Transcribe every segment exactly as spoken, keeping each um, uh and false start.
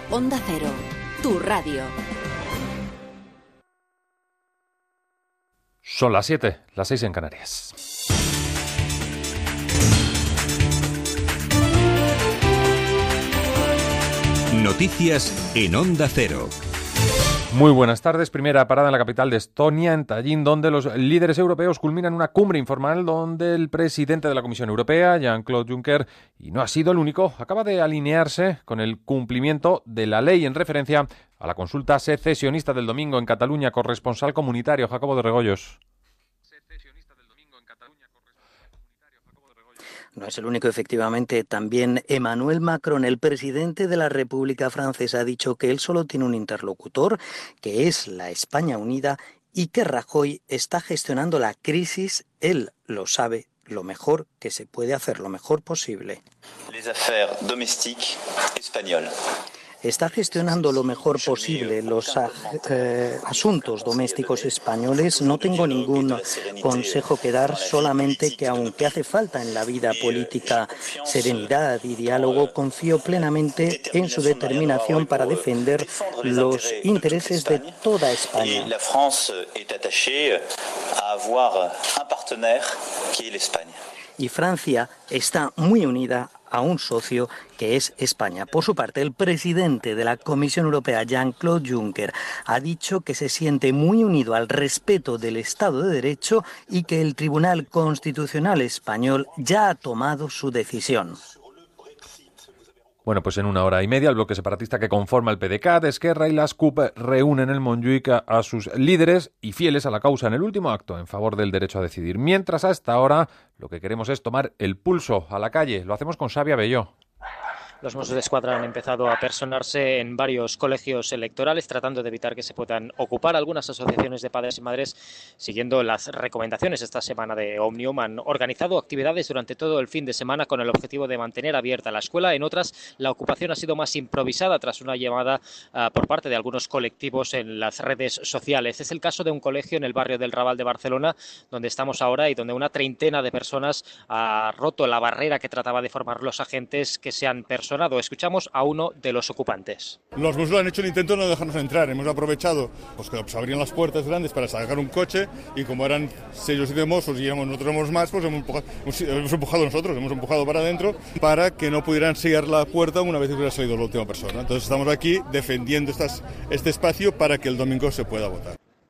Onda Cero, tu radio. Son las siete, las seis en Canarias. Noticias en Onda Cero. Muy buenas tardes. Primera parada en la capital de Estonia, en Tallinn, donde los líderes europeos culminan una cumbre informal donde el presidente de la Comisión Europea, Jean-Claude Juncker, y no ha sido el único, acaba de alinearse con el cumplimiento de la ley en referencia a la consulta secesionista del domingo en Cataluña. Corresponsal comunitario, Jacobo de Regoyos. No es el único, efectivamente. También Emmanuel Macron, el presidente de la República Francesa, ha dicho que él solo tiene un interlocutor, que es la España unida, y que Rajoy está gestionando la crisis. Él lo sabe lo mejor que se puede hacer, lo mejor posible. Les affaires domestiques españoles. Está gestionando lo mejor posible los eh, asuntos domésticos españoles. No tengo ningún consejo que dar, solamente que aunque hace falta en la vida política serenidad y diálogo, confío plenamente en su determinación para defender los intereses de toda España. La France est attachée à avoir un partenaire qui est l'Espagne. Y Francia está muy unida a un socio que es España. Por su parte, el presidente de la Comisión Europea, Jean-Claude Juncker, ha dicho que se siente muy unido al respeto del Estado de Derecho y que el Tribunal Constitucional español ya ha tomado su decisión. Bueno, pues en una hora y media el bloque separatista que conforma el P D C A T, Esquerra y las C U P reúnen en Montjuïc a sus líderes y fieles a la causa en el último acto en favor del derecho a decidir. Mientras a esta hora lo que queremos es tomar el pulso a la calle. Lo hacemos con Xavi Abelló. Los Mossos de Escuadra han empezado a personarse en varios colegios electorales tratando de evitar que se puedan ocupar. Algunas asociaciones de padres y madres, siguiendo las recomendaciones esta semana de Omnium, han organizado actividades durante todo el fin de semana con el objetivo de mantener abierta la escuela. En otras, la ocupación ha sido más improvisada tras una llamada uh, por parte de algunos colectivos en las redes sociales. Es el caso de un colegio en el barrio del Raval de Barcelona, donde estamos ahora y donde una treintena de personas ha roto la barrera que trataba de formar los agentes que se han personado. Escuchamos a uno de los ocupantes. Los Mossos han hecho el intento de no dejarnos entrar. Hemos aprovechado pues, que se abrían las puertas grandes para sacar un coche y como eran seis o siete Mossos y éramos, nosotros éramos más, pues hemos empujado, hemos empujado nosotros, hemos empujado para adentro para que no pudieran sellar la puerta una vez que hubiera salido la última persona. Entonces estamos aquí defendiendo estas, este espacio para que el domingo se pueda votar.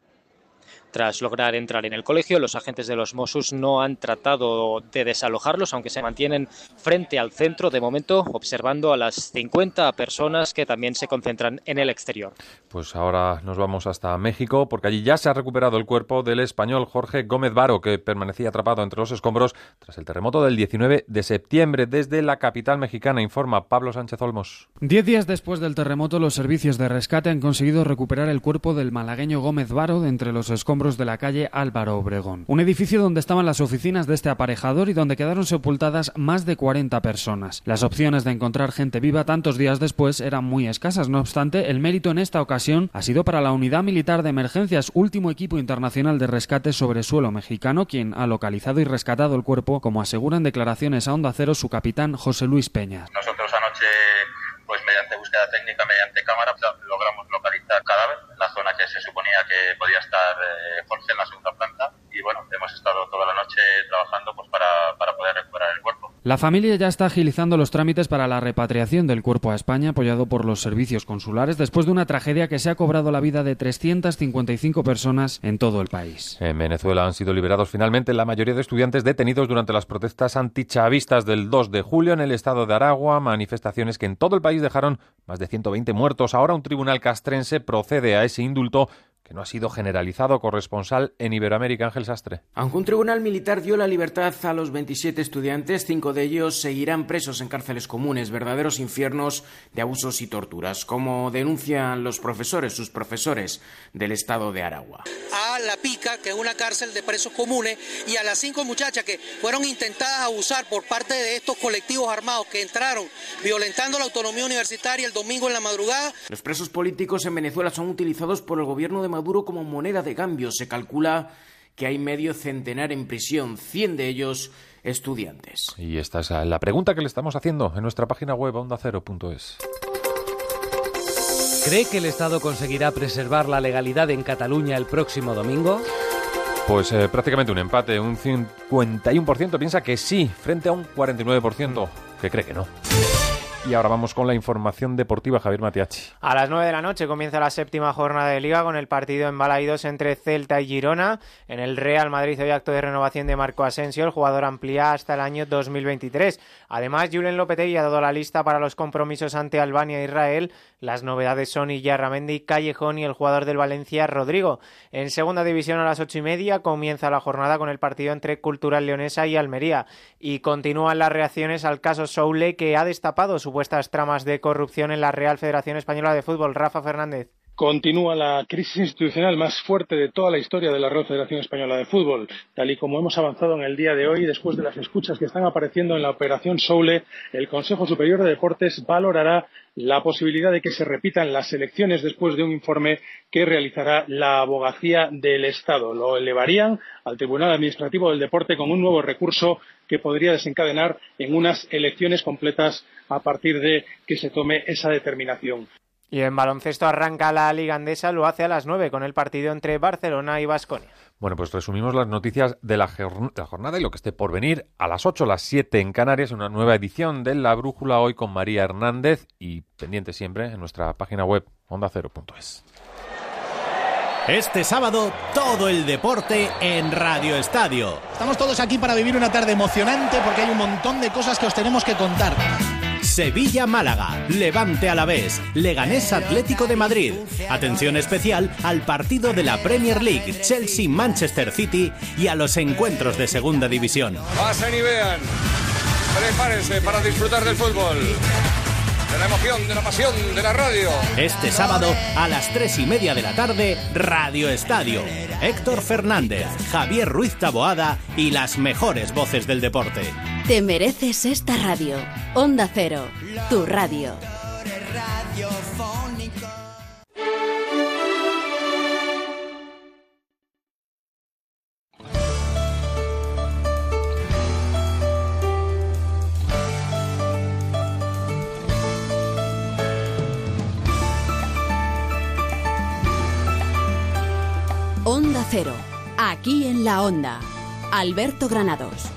Tras lograr entrar en el colegio, los agentes de los Mossos no han tratado de desalojarlos, aunque se mantienen frente al centro, de momento observando a las cincuenta personas que también se concentran en el exterior. Pues ahora nos vamos hasta México, porque allí ya se ha recuperado el cuerpo del español Jorge Gómez Varo, que permanecía atrapado entre los escombros tras el terremoto del diecinueve de septiembre. Desde la capital mexicana, informa Pablo Sánchez Olmos. Diez días después del terremoto, los servicios de rescate han conseguido recuperar el cuerpo del malagueño Gómez Varo de entre los escombros de la calle Álvaro Obregón, un edificio donde estaban las oficinas de este aparejador y donde quedaron sepultadas más de cuarenta personas. Las opciones de encontrar gente viva tantos días después eran muy escasas. No obstante, el mérito en esta ocasión ha sido para la Unidad Militar de Emergencias, último equipo internacional de rescate sobre suelo mexicano, quien ha localizado y rescatado el cuerpo, como asegura en declaraciones a Onda Cero su capitán José Luis Peña. Nosotros anoche, pues mediante búsqueda técnica, mediante cámara, logramos localizar cadáver, la zona que se suponía que podía estar eh, Jorge en la segunda planta, y bueno, hemos estado toda la noche trabajando pues para, para poder recuperar el cuerpo. La familia ya está agilizando los trámites para la repatriación del cuerpo a España, apoyado por los servicios consulares, después de una tragedia que se ha cobrado la vida de trescientas cincuenta y cinco personas en todo el país. En Venezuela han sido liberados finalmente la mayoría de estudiantes detenidos durante las protestas antichavistas del dos de julio en el estado de Aragua, manifestaciones que en todo el país dejaron más de ciento veinte muertos. Ahora un tribunal castrense procede a ese indulto que no ha sido generalizado. Corresponsal en Iberoamérica, Ángel Sastre. Aunque un tribunal militar dio la libertad a los veintisiete estudiantes, cinco de ellos seguirán presos en cárceles comunes, verdaderos infiernos de abusos y torturas, como denuncian los profesores, sus profesores del estado de Aragua. A La Pica, que es una cárcel de presos comunes, y a las cinco muchachas que fueron intentadas abusar por parte de estos colectivos armados que entraron violentando la autonomía universitaria el domingo en la madrugada. Los presos políticos en Venezuela son utilizados por el gobierno de Maduro como moneda de cambio. Se calcula que hay medio centenar en prisión, cien de ellos estudiantes. Y esta es la pregunta que le estamos haciendo en nuestra página web onda cero punto es. ¿Cree que el Estado conseguirá preservar la legalidad en Cataluña el próximo domingo? Pues eh, prácticamente un empate. Un cincuenta y uno por ciento piensa que sí, frente a un cuarenta y nueve por ciento que cree que no. Y ahora vamos con la información deportiva, Javier Matiachi. A las nueve de la noche comienza la séptima jornada de Liga con el partido en Balaídos entre Celta y Girona. En el Real Madrid hoy acto de renovación de Marco Asensio, el jugador amplía hasta el año dos mil veintitrés. Además, Julen Lopetegui ha dado la lista para los compromisos ante Albania e Israel. Las novedades son Illarramendi, Callejón y el jugador del Valencia, Rodrigo. En segunda división a las ocho y media comienza la jornada con el partido entre Cultural Leonesa y Almería. Y continúan las reacciones al caso Soule, que ha destapado su supuestas tramas de corrupción en la Real Federación Española de Fútbol. Rafa Fernández. Continúa la crisis institucional más fuerte de toda la historia de la Real Federación Española de Fútbol. Tal y como hemos avanzado en el día de hoy, después de las escuchas que están apareciendo en la operación Soule, el Consejo Superior de Deportes valorará la posibilidad de que se repitan las elecciones después de un informe que realizará la Abogacía del Estado. Lo elevarían al Tribunal Administrativo del Deporte con un nuevo recurso que podría desencadenar en unas elecciones completas a partir de que se tome esa determinación. Y en baloncesto arranca la Liga Andesa, lo hace a las nueve con el partido entre Barcelona y Baskonia. Bueno, pues resumimos las noticias de la, jorn- de la jornada y lo que esté por venir a las ocho, las siete en Canarias, una nueva edición de La Brújula, hoy con María Hernández y pendiente siempre en nuestra página web onda cero punto es. Este sábado, todo el deporte en Radio Estadio. Estamos todos aquí para vivir una tarde emocionante porque hay un montón de cosas que os tenemos que contar. Sevilla-Málaga, Levante-Alavés, Leganés-Atlético de Madrid. Atención especial al partido de la Premier League, Chelsea-Manchester City y a los encuentros de Segunda División. Pasen y vean. Prepárense para disfrutar del fútbol. De la emoción, de la pasión, de la radio. Este sábado, a las tres y media de la tarde, Radio Estadio. Héctor Fernández, Javier Ruiz Taboada y las mejores voces del deporte. Te mereces esta radio. Onda Cero, tu radio. Onda Cero, aquí en la Onda. Alberto Granados.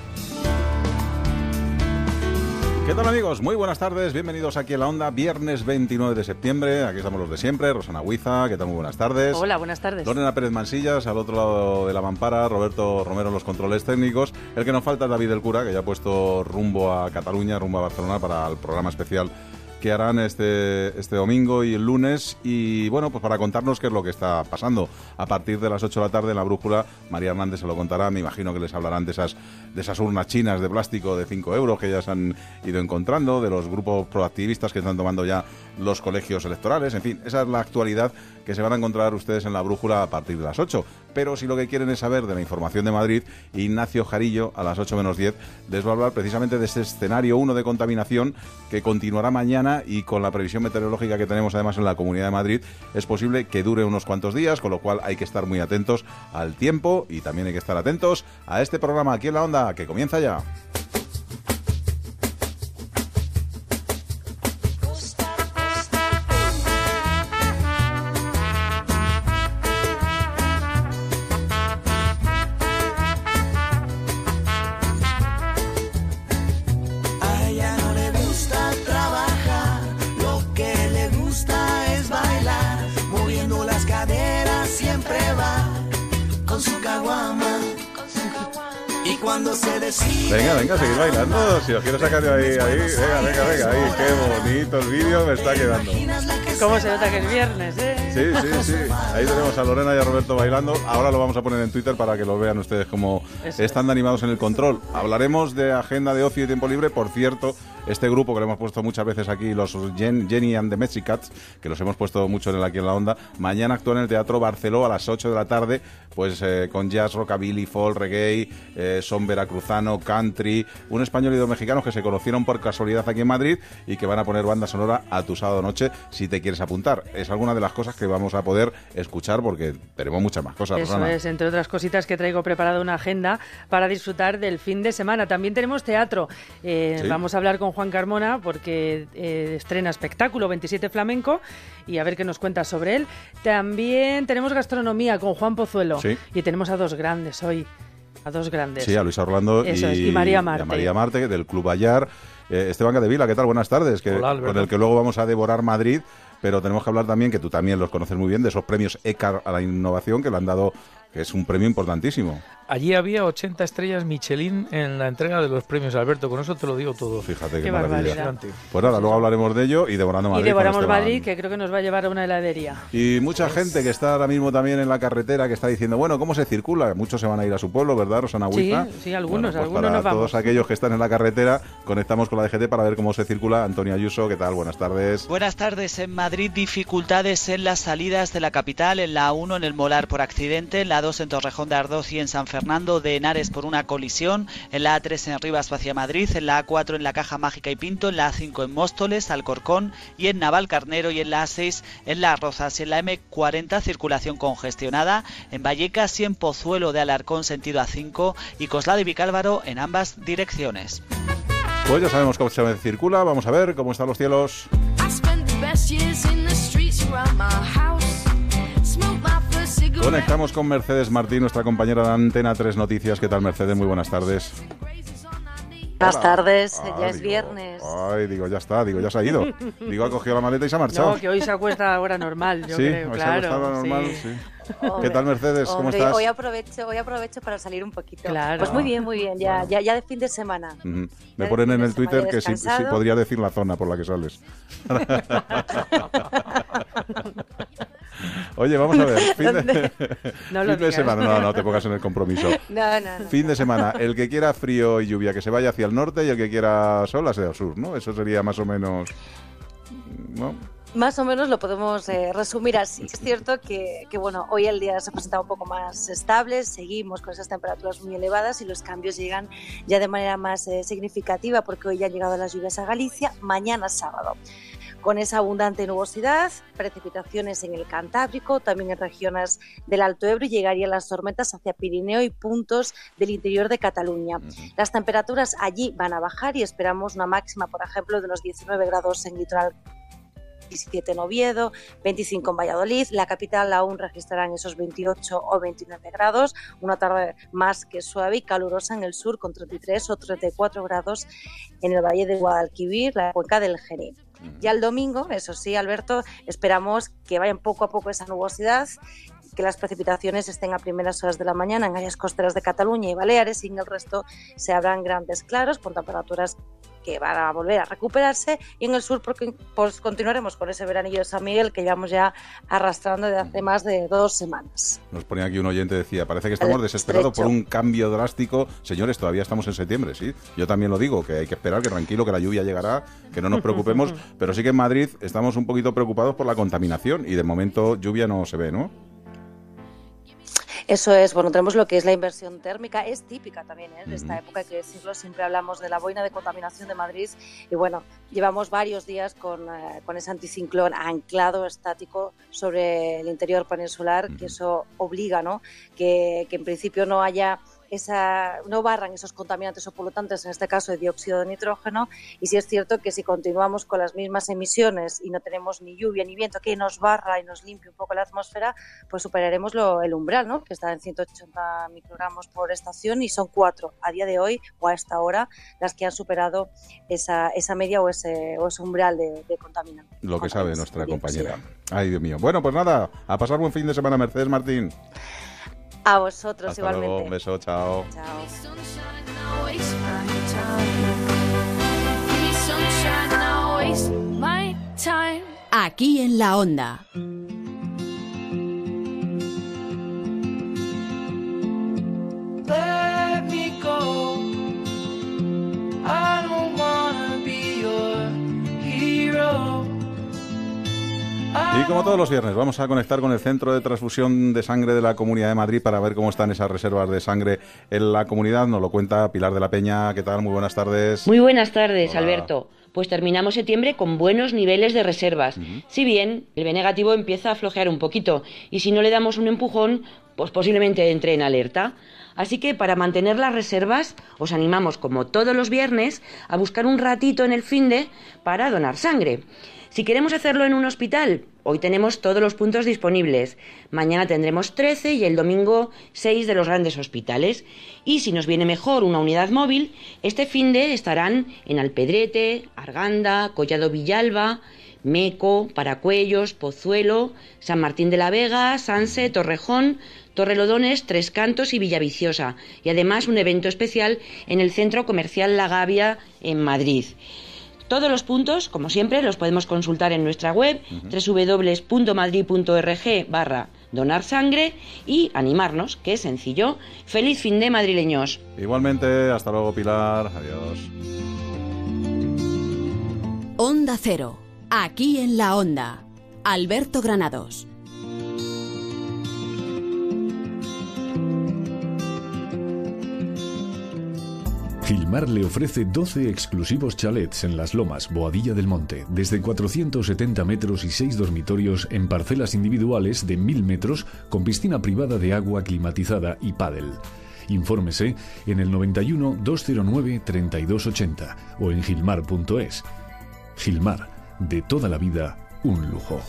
¿Qué tal, amigos? Muy buenas tardes, bienvenidos aquí en la Onda, viernes veintinueve de septiembre, aquí estamos los de siempre, Rosana Huiza, ¿qué tal? Muy buenas tardes. Hola, buenas tardes. Lorena Pérez Mansillas, al otro lado de la mampara, Roberto Romero en los controles técnicos, el que nos falta es David del Cura, que ya ha puesto rumbo a Cataluña, rumbo a Barcelona para el programa especial que harán este, este domingo y el lunes, y bueno, pues para contarnos qué es lo que está pasando. A partir de las ocho de la tarde en La Brújula, María Hernández se lo contará, me imagino que les hablarán de esas, de esas urnas chinas de plástico de cinco euros que ya se han ido encontrando, de los grupos proactivistas que están tomando ya los colegios electorales, en fin, esa es la actualidad que se van a encontrar ustedes en La Brújula a partir de las ocho. Pero si lo que quieren es saber de la información de Madrid, Ignacio Jarillo, a las ocho menos diez, les va a hablar precisamente de ese escenario uno de contaminación que continuará mañana, y con la previsión meteorológica que tenemos además en la Comunidad de Madrid, es posible que dure unos cuantos días, con lo cual hay que estar muy atentos al tiempo y también hay que estar atentos a este programa aquí en la Onda, que comienza ya. Venga, venga, seguid bailando. Si os quiero sacar de ahí, ahí, venga, venga, venga, ahí, qué bonito el vídeo me está quedando. ¿Cómo se nota que es viernes, eh? Sí, sí, sí. Ahí tenemos a Lorena y a Roberto bailando. Ahora lo vamos a poner en Twitter para que lo vean ustedes como Eso están de animados en el control. Hablaremos de agenda de ocio y tiempo libre. Por cierto, este grupo que lo hemos puesto muchas veces aquí, los Jen, Jenny and the Mexicats, que los hemos puesto mucho en el, aquí en la Onda, mañana actúan en el Teatro Barceló a las ocho de la tarde, pues eh, con jazz, rockabilly, folk, reggae, eh, son veracruzano, country, un español y dos mexicanos que se conocieron por casualidad aquí en Madrid y que van a poner banda sonora a tu sábado noche. Si te quieres quieres apuntar. Es alguna de las cosas que vamos a poder escuchar porque tenemos muchas más cosas, Eso Rosana. es, entre otras cositas que traigo preparada una agenda para disfrutar del fin de semana. También tenemos teatro. Eh, Sí. Vamos a hablar con Juan Carmona porque eh, estrena espectáculo veintisiete Flamenco y a ver qué nos cuenta sobre él. También tenemos gastronomía con Juan Pozuelo. Sí. Y tenemos a dos grandes hoy. A dos grandes. Sí, a Luisa Orlando Eso y, es, y María Marte. y a María Marte, del Club Bayar. Eh, Esteban Gadevila, ¿qué tal? Buenas tardes. Que, Hola, Alberto. con el que luego vamos a devorar Madrid, pero tenemos que hablar también, que tú también los conoces muy bien, de esos premios ECAR a la innovación que le han dado, que es un premio importantísimo. Allí había ochenta estrellas Michelin en la entrega de los premios, Alberto. Con eso te lo digo todo. Fíjate qué, Qué maravilla. barbaridad. Pues nada, luego hablaremos de ello y devorando Madrid. Y devoramos con Esteban. Madrid, que creo que nos va a llevar a una heladería. Y mucha gente que está ahora mismo también en la carretera, que está diciendo, bueno, ¿cómo se circula? Muchos se van a ir a su pueblo, ¿verdad, Rosana Sí, Huiza? sí, algunos, Bueno, pues algunos para nos vamos. todos aquellos que están en la carretera, conectamos con la D G T para ver cómo se circula. Antonio Ayuso, ¿qué tal? Buenas tardes. Buenas tardes. En Madrid, dificultades en las salidas de la capital, en la A uno en el Molar por accidente, en la A dos en Torrejón de Ardoz y en San Fernando de Henares por una colisión, en la A tres en Rivas hacia Madrid, en la A cuatro en la Caja Mágica y Pinto, en la A cinco en Móstoles, Alcorcón y en Navalcarnero, y en la A seis en Las Rozas, y en la M cuarenta circulación congestionada, en Vallecas y en Pozuelo de Alarcón sentido A cinco y Coslada y Vicálvaro en ambas direcciones. Pues ya sabemos cómo se circula, vamos a ver cómo están los cielos. Conectamos con Mercedes Martín, nuestra compañera de Antena tres Noticias. ¿Qué tal, Mercedes? Muy buenas tardes. Buenas Hola. tardes, Ah, ya es digo, viernes. Ay, digo, ya está, digo, ya se ha ido. Digo, ha cogido la maleta y se ha marchado. No, que hoy se acuesta a la hora normal, yo sí, creo, hoy claro. se ha acostado normal, sí. sí. Hombre, ¿Qué tal, Mercedes? ¿Cómo hombre, estás? Hoy aprovecho, hoy aprovecho para salir un poquito. Claro. Pues muy bien, muy bien, ya, ya, ya de fin de semana. Ujú. Me ponen en el Twitter que si, si descansado. podría decir la zona por la que sales. Oye, vamos a ver. Fin de, No lo fin de digas. semana. No, no te pongas en el compromiso. No, no, no. Fin de semana. El que quiera frío y lluvia, que se vaya hacia el norte, y el que quiera sol, hacia el sur, ¿no? Eso sería más o menos... ¿no? Más o menos lo podemos eh, resumir así. Es cierto que, que bueno, hoy el día se presenta un poco más estable, seguimos con esas temperaturas muy elevadas y los cambios llegan ya de manera más eh, significativa porque hoy ya han llegado las lluvias a Galicia, mañana sábado. Con esa abundante nubosidad, precipitaciones en el Cantábrico, también en regiones del Alto Ebro, y llegarían las tormentas hacia Pirineo y puntos del interior de Cataluña. Las temperaturas allí van a bajar y esperamos una máxima, por ejemplo, de unos diecinueve grados en litoral, diecisiete en Oviedo, veinticinco en Valladolid. La capital aún registrarán esos veintiocho o veintinueve grados, una tarde más que suave y calurosa en el sur con treinta y tres o treinta y cuatro grados en el Valle de Guadalquivir, la cuenca del Genil. Ya el domingo, eso sí, Alberto, esperamos que vayan poco a poco esa nubosidad, que las precipitaciones estén a primeras horas de la mañana en áreas costeras de Cataluña y Baleares, y en el resto se abran grandes claros con temperaturas que van a volver a recuperarse, y en el sur porque, pues, continuaremos con ese veranillo de San Miguel que llevamos ya arrastrando desde hace más de dos semanas. Nos ponía aquí un oyente, decía, parece que estamos El desesperados estrecho. por un cambio drástico. Señores, todavía estamos en septiembre, ¿sí? Yo también lo digo, que hay que esperar, que tranquilo, que la lluvia llegará, que no nos preocupemos, pero sí que en Madrid estamos un poquito preocupados por la contaminación y de momento lluvia no se ve, ¿no? Eso es, bueno, tenemos lo que es la inversión térmica, es típica también ¿eh? de esta época, hay que decirlo, siempre hablamos de la boina de contaminación de Madrid y bueno, llevamos varios días con, eh, con ese anticiclón anclado, estático sobre el interior peninsular, que eso obliga, ¿no?, que, que en principio no haya esa, no barran esos contaminantes o polutantes, en este caso de dióxido de nitrógeno, y sí es cierto que si continuamos con las mismas emisiones y no tenemos ni lluvia ni viento que nos barra y nos limpie un poco la atmósfera, pues superaremos lo, el umbral, ¿no?, que está en ciento ochenta microgramos por estación, y son cuatro a día de hoy o a esta hora las que han superado esa, esa media o ese, o ese umbral de, de contaminante. Lo que sabe nuestra compañera. Ay, Dios mío. Bueno, pues nada, a pasar buen fin de semana, Mercedes Martín. A vosotros Hasta igualmente. luego, un beso, chao. Aquí en la Onda. Let me go. I don't wanna be your hero. Y como todos los viernes, vamos a conectar con el Centro de Transfusión de Sangre de la Comunidad de Madrid para ver cómo están esas reservas de sangre en la comunidad. Nos lo cuenta Pilar de la Peña. ¿Qué tal? Muy buenas tardes. Muy buenas tardes, Hola. Alberto. Pues terminamos septiembre con buenos niveles de reservas. Uh-huh. Si bien el B negativo empieza a flojear un poquito y si no le damos un empujón, pues posiblemente entre en alerta. Así que para mantener las reservas os animamos, como todos los viernes, a buscar un ratito en el finde para donar sangre. Si queremos hacerlo en un hospital, hoy tenemos todos los puntos disponibles. Mañana tendremos trece y el domingo seis de los grandes hospitales. Y si nos viene mejor una unidad móvil, este finde estarán en Alpedrete, Arganda, Collado Villalba, Meco, Paracuellos, Pozuelo, San Martín de la Vega, Sanse, Torrejón, Torrelodones, Tres Cantos y Villaviciosa. Y además un evento especial en el Centro Comercial La Gavia en Madrid. Todos los puntos, como siempre, los podemos consultar en nuestra web, uh-huh. doble u doble u doble u punto madrid punto org barra donar sangre y animarnos, que es sencillo. ¡Feliz fin de madrileños! Igualmente, hasta luego, Pilar. Adiós. Onda Cero, aquí en la Onda. Alberto Granados. Gilmar le ofrece doce exclusivos chalets en Las Lomas, Boadilla del Monte, desde cuatrocientos setenta metros y seis dormitorios en parcelas individuales de mil metros con piscina privada de agua climatizada y pádel. Infórmese en el noventa y uno, doscientos nueve, treinta y dos ochenta o en gilmar punto es. Gilmar, de toda la vida, un lujo.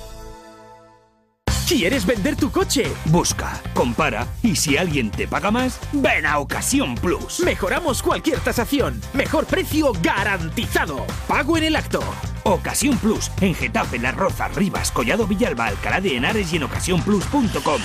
¿Quieres vender tu coche? Busca, compara y si alguien te paga más, ven a Ocasión Plus. Mejoramos cualquier tasación. Mejor precio garantizado. Pago en el acto. Ocasión Plus, en Getafe, Las Rozas, Rivas, Collado Villalba, Alcalá de Henares y en ocasión plus punto com.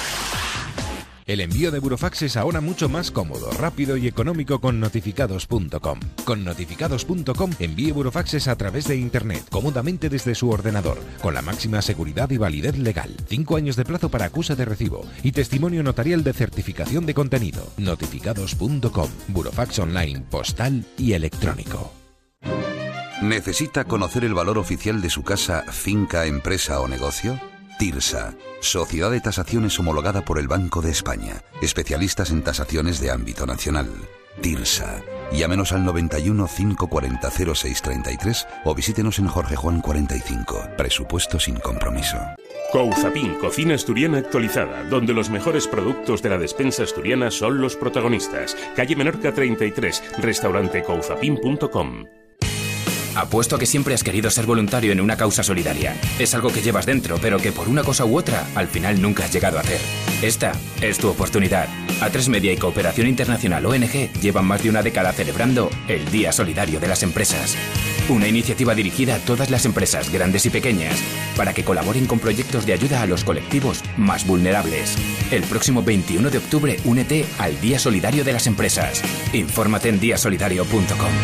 El envío de Burofax es ahora mucho más cómodo, rápido y económico con notificados punto com. Con notificados punto com envíe burofaxes a través de Internet, cómodamente desde su ordenador, con la máxima seguridad y validez legal. Cinco años de plazo para acusa de recibo y testimonio notarial de certificación de contenido. notificados punto com. Burofax online, postal y electrónico. ¿Necesita conocer el valor oficial de su casa, finca, empresa o negocio? TIRSA, Sociedad de Tasaciones homologada por el Banco de España. Especialistas en tasaciones de ámbito nacional. TIRSA. Llámenos al noventa y uno, cinco cuarenta, cero seis treinta y tres o visítenos en Jorge Juan cuarenta y cinco. Presupuesto sin compromiso. Couzapin, cocina asturiana actualizada, donde los mejores productos de la despensa asturiana son los protagonistas. Calle Menorca treinta y tres, restaurante couzapin punto com. Apuesto a que siempre has querido ser voluntario en una causa solidaria. Es algo que llevas dentro, pero que por una cosa u otra, al final nunca has llegado a hacer. Esta es tu oportunidad. A tres Media y Cooperación Internacional O N G llevan más de una década celebrando el Día Solidario de las Empresas. Una iniciativa dirigida a todas las empresas, grandes y pequeñas, para que colaboren con proyectos de ayuda a los colectivos más vulnerables. El próximo veintiuno de octubre, únete al Día Solidario de las Empresas. Infórmate en dia solidario punto com.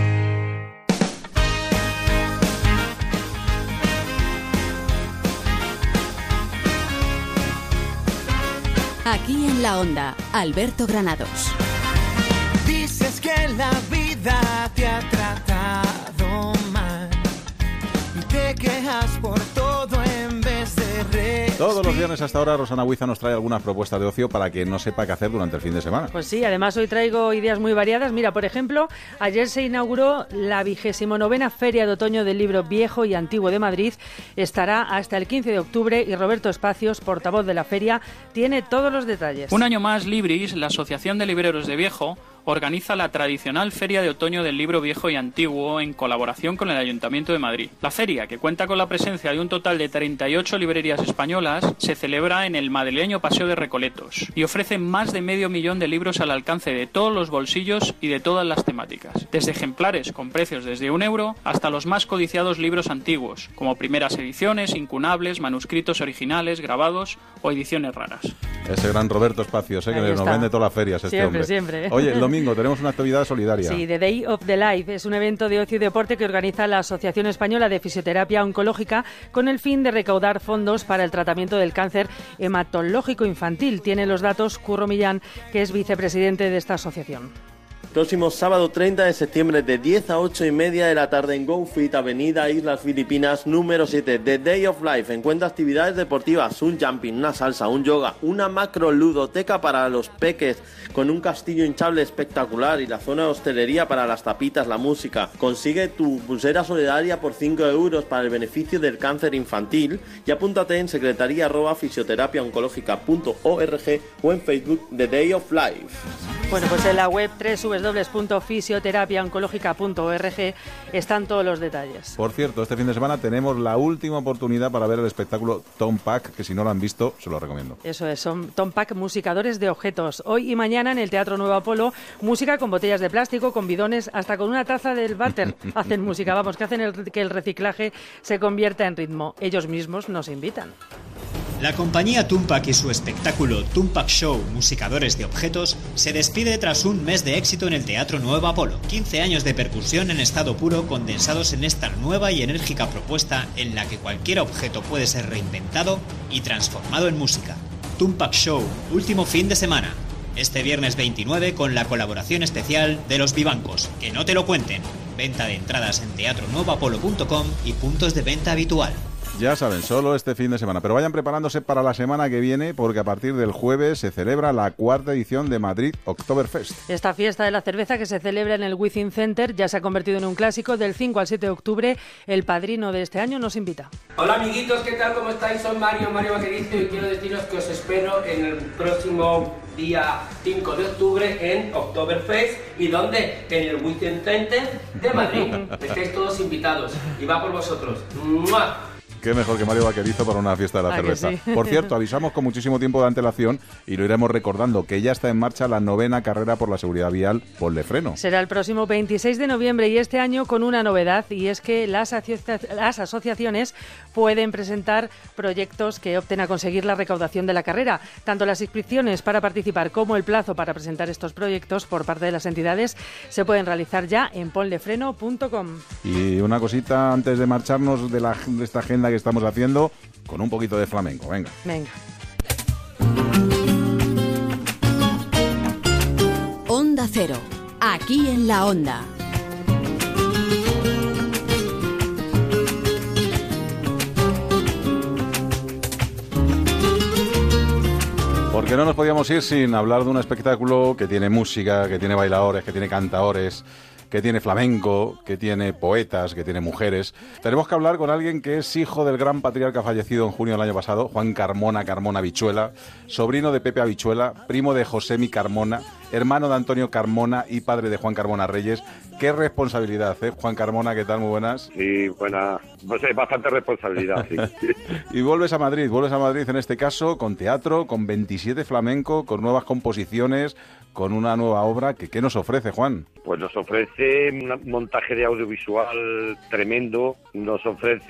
Aquí en la Onda, Alberto Granados. Dices que la vida te ha tratado mal y te quejas por todo en vez de reír. Todos los viernes hasta ahora Rosana Huiza nos trae algunas propuestas de ocio para que no sepa qué hacer durante el fin de semana. Pues sí, además hoy traigo ideas muy variadas. Mira, por ejemplo, ayer se inauguró la vigésimo novena Feria de Otoño del Libro Viejo y Antiguo de Madrid. Estará hasta el quince de octubre y Roberto Espacios, portavoz de la feria, tiene todos los detalles. Un año más, Libris, la Asociación de Libreros de Viejo, organiza la tradicional Feria de Otoño del Libro Viejo y Antiguo en colaboración con el Ayuntamiento de Madrid. La feria, que cuenta con la presencia de un total de treinta y ocho librerías españolas, se celebra en el madrileño Paseo de Recoletos y ofrece más de medio millón de libros al alcance de todos los bolsillos y de todas las temáticas, desde ejemplares con precios desde un euro hasta los más codiciados libros antiguos, como primeras ediciones, incunables, manuscritos originales, grabados o ediciones raras. Ese gran Roberto Espacios, ¿eh? que nos vende todas las ferias este siempre, hombre. Siempre. Oye, el domingo tenemos una actividad solidaria. Sí, The Day of the Life es un evento de ocio y deporte que organiza la Asociación Española de Fisioterapia Oncológica con el fin de recaudar fondos para el tratamiento del cáncer hematológico infantil. Tiene los datos Curro Millán, que es vicepresidente de esta asociación. Próximo sábado treinta de septiembre de diez a ocho y media de la tarde en Go Fit, Avenida Islas Filipinas número siete. The Day of Life. Encuentra actividades deportivas, un jumping, una salsa, un yoga, una macro ludoteca para los peques con un castillo hinchable espectacular y la zona de hostelería para las tapitas, la música. Consigue tu pulsera solidaria por cinco euros para el beneficio del cáncer infantil y apúntate en secretaría arroba fisioterapia oncológica punto org o en Facebook The Day of Life. Bueno, pues en la web doble u doble u doble u punto fisioterapia oncológica punto org están todos los detalles. Por cierto, este fin de semana tenemos la última oportunidad para ver el espectáculo Tom Pack, que si no lo han visto, se lo recomiendo. Eso es, son Tom Pack, musicadores de objetos. Hoy y mañana en el Teatro Nuevo Apolo, música con botellas de plástico, con bidones, hasta con una taza del váter. Hacen música, vamos, que hacen el, que el reciclaje se convierta en ritmo. Ellos mismos nos invitan. La compañía Tumpac y su espectáculo Tumpac Show, Musicadores de Objetos, se despide tras un mes de éxito en el Teatro Nuevo Apolo. quince años de percusión en estado puro condensados en esta nueva y enérgica propuesta en la que cualquier objeto puede ser reinventado y transformado en música. Tumpac Show, último fin de semana. Este viernes veintinueve con la colaboración especial de Los Vivancos. Que no te lo cuenten. Venta de entradas en teatro nuevo apolo punto com y puntos de venta habitual. Ya saben, solo este fin de semana, pero vayan preparándose para la semana que viene porque a partir del jueves se celebra la cuarta edición de Madrid Oktoberfest. Esta fiesta de la cerveza que se celebra en el Within Center ya se ha convertido en un clásico. Del cinco al siete de octubre, el padrino de este año nos invita. Hola amiguitos, ¿qué tal? ¿Cómo estáis? Soy Mario, Mario Vaquerizo y quiero deciros que os espero en el próximo día cinco de octubre en Oktoberfest. ¿Y dónde? En el Within Center de Madrid. Estáis todos invitados y va por vosotros. ¡Mua! Qué mejor que Mario Vaquerizo para una fiesta de la ¿A que cerveza. sí? Por cierto, avisamos con muchísimo tiempo de antelación y lo iremos recordando que ya está en marcha la novena carrera por la seguridad vial Ponle Freno. Será el próximo veintiséis de noviembre y este año con una novedad, y es que las, asocia- las asociaciones pueden presentar proyectos que opten a conseguir la recaudación de la carrera. Tanto las inscripciones para participar como el plazo para presentar estos proyectos por parte de las entidades se pueden realizar ya en ponlefreno punto com. Y una cosita antes de marcharnos de, la, de esta agenda que estamos haciendo, con un poquito de flamenco. Venga. Venga. Onda Cero, aquí en la Onda. Porque no nos podíamos ir sin hablar de un espectáculo que tiene música, que tiene bailadores, que tiene cantaores, que tiene flamenco, que tiene poetas, que tiene mujeres. Tenemos que hablar con alguien que es hijo del gran patriarca fallecido en junio del año pasado, Juan Carmona Carmona Habichuela, sobrino de Pepe Habichuela, primo de Josemi Carmona, hermano de Antonio Carmona y padre de Juan Carmona Reyes. Qué responsabilidad, ¿eh? Juan Carmona, ¿qué tal? Muy buenas. Sí, buena. Pues es bastante responsabilidad, sí. Y vuelves a Madrid, vuelves a Madrid en este caso con teatro, con veintisiete flamenco, con nuevas composiciones, con una nueva obra. que ¿Qué nos ofrece, Juan? Pues nos ofrece un montaje de audiovisual tremendo, nos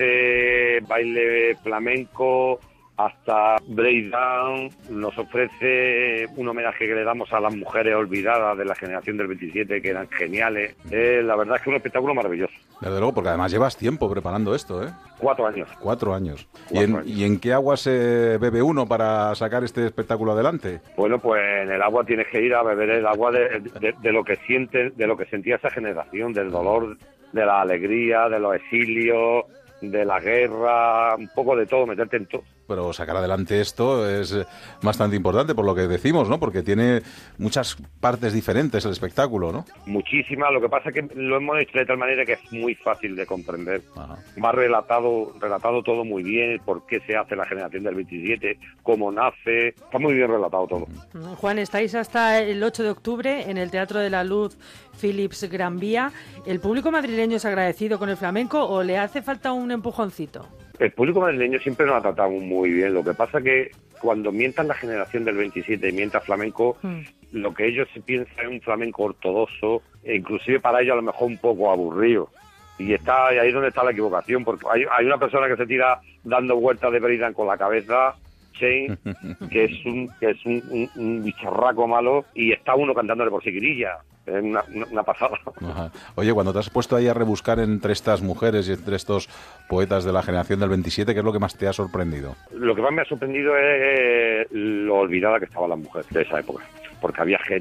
ofrece baile flamenco, hasta breakdown, nos ofrece un homenaje que le damos a las mujeres olvidadas de la generación del veintisiete, que eran geniales. Eh, la verdad es que es un espectáculo maravilloso. Desde luego, porque además llevas tiempo preparando esto, ¿eh? Cuatro años. Cuatro años. Cuatro ¿Y, en, años. ¿Y en qué agua se bebe uno para sacar este espectáculo adelante? Bueno, pues en el agua tienes que ir a beber el agua de, de, de lo que siente, de lo que sentía esa generación, del dolor, de la alegría, de los exilios, de la guerra, un poco de todo, meterte en todo. Pero sacar adelante esto es bastante importante por lo que decimos, ¿no? Porque tiene muchas partes diferentes el espectáculo, ¿no? Muchísimas, lo que pasa es que lo hemos hecho de tal manera que es muy fácil de comprender. Ajá. Va relatado, relatado todo muy bien, por qué se hace la generación del veintisiete, cómo nace, está muy bien relatado todo. Juan, estáis hasta el ocho de octubre en el Teatro de la Luz Philips Gran Vía. ¿El público madrileño es agradecido con el flamenco o le hace falta un empujoncito? El público madrileño siempre nos ha tratado muy bien. Lo que pasa que cuando mientan la generación del veintisiete y mientan flamenco, mm. lo que ellos se piensan es un flamenco ortodoxo, e inclusive para ellos a lo mejor un poco aburrido. Y está ahí donde está la equivocación, porque hay, hay una persona que se tira dando vueltas de Breakdown con la cabeza, Shane, que es un que es un, un, un bicharraco malo, y está uno cantándole por seguirilla. Es una, una, una pasada. Ajá. Oye, cuando te has puesto ahí a rebuscar entre estas mujeres y entre estos poetas de la generación del veintisiete, ¿qué es lo que más te ha sorprendido? Lo que más me ha sorprendido es lo olvidada que estaban las mujeres de esa época, porque había genio.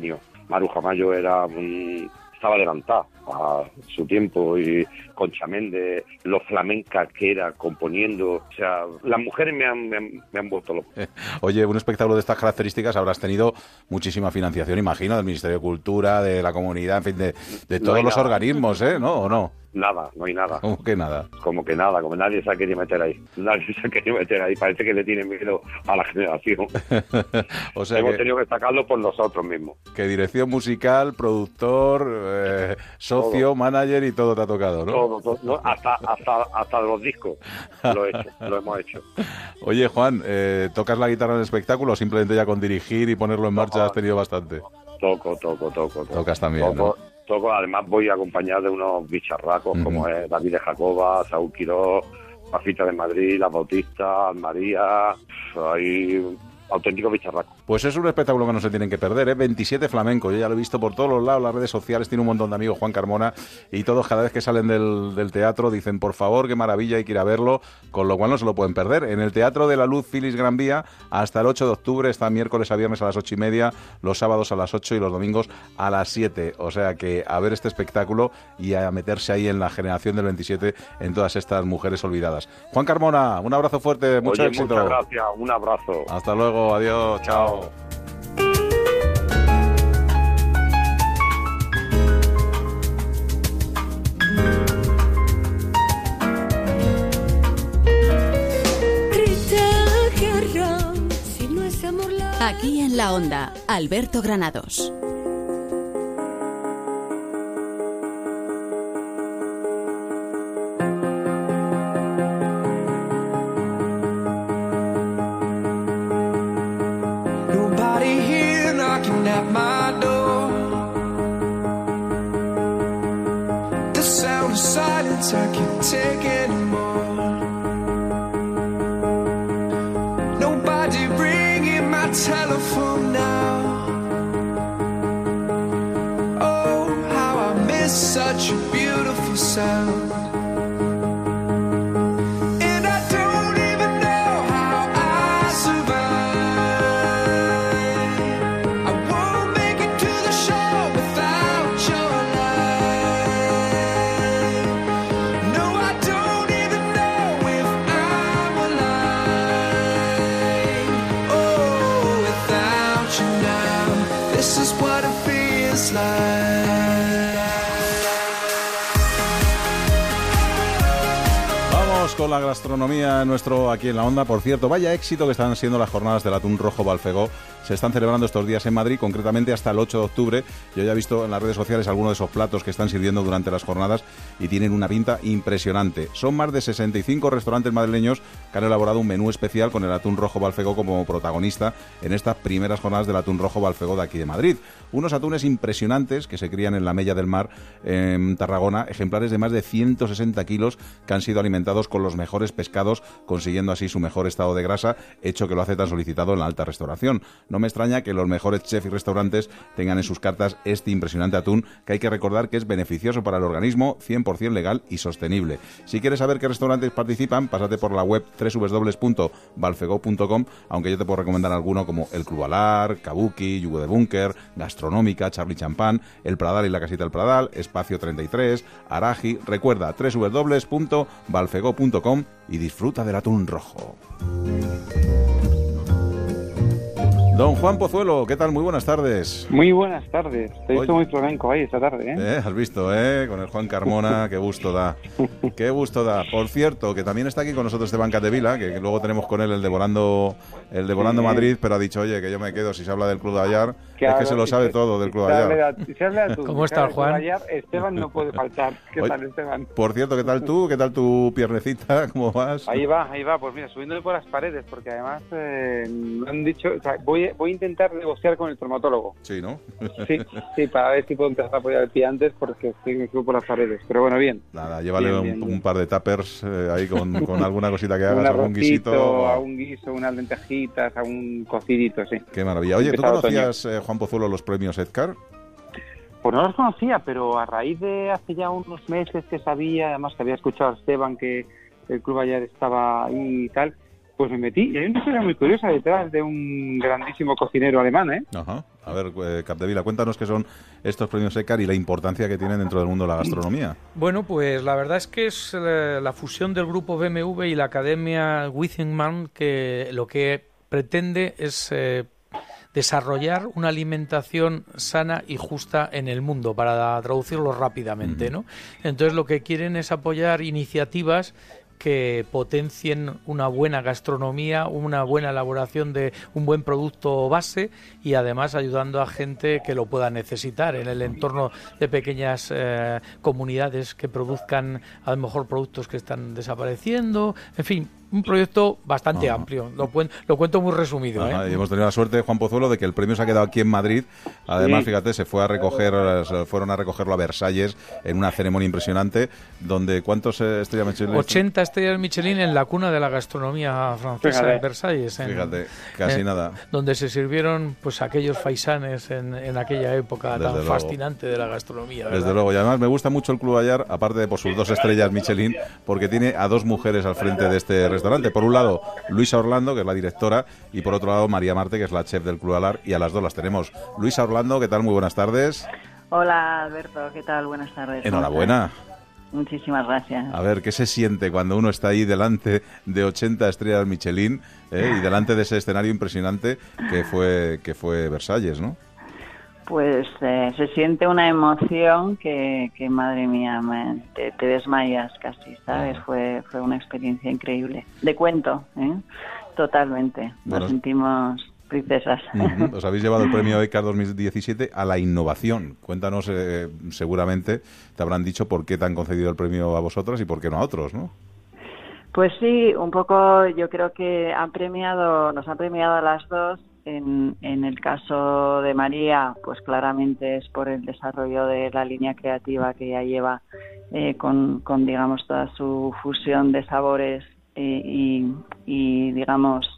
Maruja Mayo era un... estaba adelantada a su tiempo, y Concha Méndez, lo flamenca que era componiendo, o sea, las mujeres me han, me han, me han vuelto loco. Eh, oye, un espectáculo de estas características habrás tenido muchísima financiación, imagino, del Ministerio de Cultura, de la Comunidad, en fin, de, de todos No los nada. organismos, ¿eh? ¿No? ¿O no? Nada, no hay nada. ¿Cómo que nada? Como que nada, como nadie se ha querido meter ahí. Nadie se ha querido meter ahí. Parece que le tiene miedo a la generación. O sea Hemos que, tenido que sacarlo por nosotros mismos. que dirección musical, productor, eh, socio, Todo. manager y todo te ha tocado, ¿no? Todo, todo, ¿no? Hasta, hasta, hasta los discos lo he hecho, lo hemos hecho. Oye, Juan, eh, ¿tocas la guitarra en el espectáculo o simplemente ya con dirigir y ponerlo en marcha has tenido bastante? Toco, toco, toco. toco. Tocas también, Toco, toco, además voy acompañado de unos bicharracos Ujú. como es David de Jacoba, Saúl Quirós, Pafita de Madrid, La Bautista, María, hay auténticos bicharracos. Pues es un espectáculo que no se tienen que perder, ¿eh? veintisiete flamenco, yo ya lo he visto por todos los lados, las redes sociales, tiene un montón de amigos Juan Carmona, y todos cada vez que salen del, del teatro dicen, por favor, qué maravilla, hay que ir a verlo, con lo cual no se lo pueden perder. En el Teatro de la Luz Filis Gran Vía, hasta el ocho de octubre, está miércoles a viernes a las ocho y media, los sábados a las ocho y los domingos a las siete, o sea que a ver este espectáculo y a meterse ahí en la generación del veintisiete, en todas estas mujeres olvidadas. Juan Carmona, un abrazo fuerte, mucho Oye, éxito. muchas gracias, un abrazo. Hasta luego, adiós, chao. Aquí en la Onda, Alberto Granados. Nobody here knocking at my door. The sound of silence I can't take anymore. Nobody ringing my telephone now. Oh, how I miss such a beautiful sound. And I don't even know how I survive. I won't make it to the show without your light. No, I don't even know if I'm alive. Oh, without you now, this is what it feels like. Vamos con la gastronomía nuestro aquí en la Onda. Por cierto, vaya éxito que están siendo las jornadas del atún rojo Balfegó. Se están celebrando estos días en Madrid, concretamente hasta el ocho de octubre. Yo ya he visto en las redes sociales algunos de esos platos que están sirviendo durante las jornadas y tienen una pinta impresionante. Son más de sesenta y cinco restaurantes madrileños que han elaborado un menú especial con el atún rojo Balfegó como protagonista en estas primeras jornadas del atún rojo Balfegó de aquí de Madrid. Unos atunes impresionantes que se crían en la Mella del Mar, en Tarragona, ejemplares de más de ciento sesenta kilos que han sido alimentados con los mejores pescados, consiguiendo así su mejor estado de grasa, hecho que lo hace tan solicitado en la alta restauración. No me extraña que los mejores chefs y restaurantes tengan en sus cartas este impresionante atún, que hay que recordar que es beneficioso para el organismo, cien por ciento legal y sostenible. Si quieres saber qué restaurantes participan, pásate por la web doble u doble u doble u punto balfegó punto com, aunque yo te puedo recomendar alguno como El Club Alar, Kabuki, Yugo de Búnker, Gastronómica, Charlie Champán, El Pradal y la Casita del Pradal, Espacio treinta y tres, Araji. Recuerda, doble u doble u doble u punto balfegó punto com y disfruta del atún rojo. Don Juan Pozuelo, ¿qué tal? Muy buenas tardes. Muy buenas tardes. Te he visto Oye. muy flamenco ahí esta tarde, ¿eh? Eh, has visto, ¿eh? Con el Juan Carmona, qué gusto da. Qué gusto da. Por cierto, que también está aquí con nosotros Esteban Capdevila, que luego tenemos con él el de Volando, el de Volando Sí. Madrid, pero ha dicho, oye, que yo me quedo si se habla del Club de Ayar. Que Es que habla- se lo sabe si- todo del Club si de se habla Ayar. de- si se habla de tu- ¿Cómo si se está, habla de Juan? Ayar, Esteban no puede faltar. ¿Qué Oye, tal, Esteban? Por cierto, ¿qué tal tú? ¿Qué tal tu piernecita? ¿Cómo vas? Ahí va, ahí va. Pues mira, subiéndole por las paredes, porque además eh, me han dicho... O sea, voy, voy a intentar negociar con el traumatólogo. Sí, ¿no? Sí, sí, para ver si puedo empezar a apoyar el pie antes, porque estoy, me subo por las paredes. Pero bueno, bien. Nada, llévale Bien, un, bien, un bien. par de tuppers eh, ahí con, con alguna cosita que Un hagas, algún arrocito, guisito. a un guiso, unas lentejitas, a un cocidito, sí. Qué maravilla. Oye, ¿tú Empezado otoño. conocías, eh, Juan Pozuelo, los premios Edgar? Pues no los conocía, pero a raíz de hace ya unos meses que sabía, además que había escuchado a Esteban que el Club Ayar estaba ahí y tal, pues me metí. Y hay una historia muy curiosa detrás de un grandísimo cocinero alemán, ¿eh? Ajá. A ver, eh, Capdevila, cuéntanos qué son estos premios ECAR y la importancia que tienen dentro del mundo de la gastronomía. Bueno, pues la verdad es que es la, la fusión del grupo B M W y la Academia Wissenmann, que lo que pretende es eh, desarrollar una alimentación sana y justa en el mundo, para traducirlo rápidamente, ¿no? Entonces lo que quieren es apoyar iniciativas que potencien una buena gastronomía, una buena elaboración de un buen producto base y además ayudando a gente que lo pueda necesitar en el entorno de pequeñas eh, comunidades que produzcan a lo mejor productos que están desapareciendo, en fin, un proyecto bastante Ajá. amplio, lo, lo cuento muy resumido. Ajá, ¿eh? Y hemos tenido la suerte, Juan Pozuelo, de que el premio se ha quedado aquí en Madrid. Además, sí. fíjate, se fue a recoger, se fueron a recogerlo a Versalles en una ceremonia impresionante, donde ¿cuántos eh, estrellas Michelin? ochenta estrellas Michelin en la cuna de la gastronomía francesa fíjate. en Versalles. En, fíjate, casi en, nada. Donde se sirvieron pues aquellos faisanes en, en aquella época Desde tan luego. fascinante de la gastronomía. ¿verdad? Desde luego, y además me gusta mucho el Club Ayar, aparte de por sus dos estrellas Michelin, porque tiene a dos mujeres al frente de este restaurante. Por un lado, Luisa Orlando, que es la directora, y por otro lado María Marte, que es la chef del Club Alar, y a las dos las tenemos. Luisa Orlando, ¿qué tal? Muy buenas tardes. Hola Alberto, ¿qué tal? Buenas tardes. Enhorabuena. Muchísimas gracias. A ver, ¿qué se siente cuando uno está ahí delante de ochenta estrellas Michelin eh, y delante de ese escenario impresionante que fue, que fue Versalles, ¿no? Pues eh, se siente una emoción que, que madre mía, me, te, te desmayas casi, ¿sabes? Fue fue una experiencia increíble. De cuento, ¿eh? Totalmente. Bueno, nos sentimos princesas. Uh-huh. Os habéis llevado el premio ECAR dos mil diecisiete a la innovación. Cuéntanos, eh, seguramente te habrán dicho por qué te han concedido el premio a vosotras y por qué no a otros, ¿no? Pues sí, un poco yo creo que han premiado, nos han premiado a las dos. En, en el caso de María, pues claramente es por el desarrollo de la línea creativa que ella lleva eh, con, con, digamos, toda su fusión de sabores eh, y, y, digamos,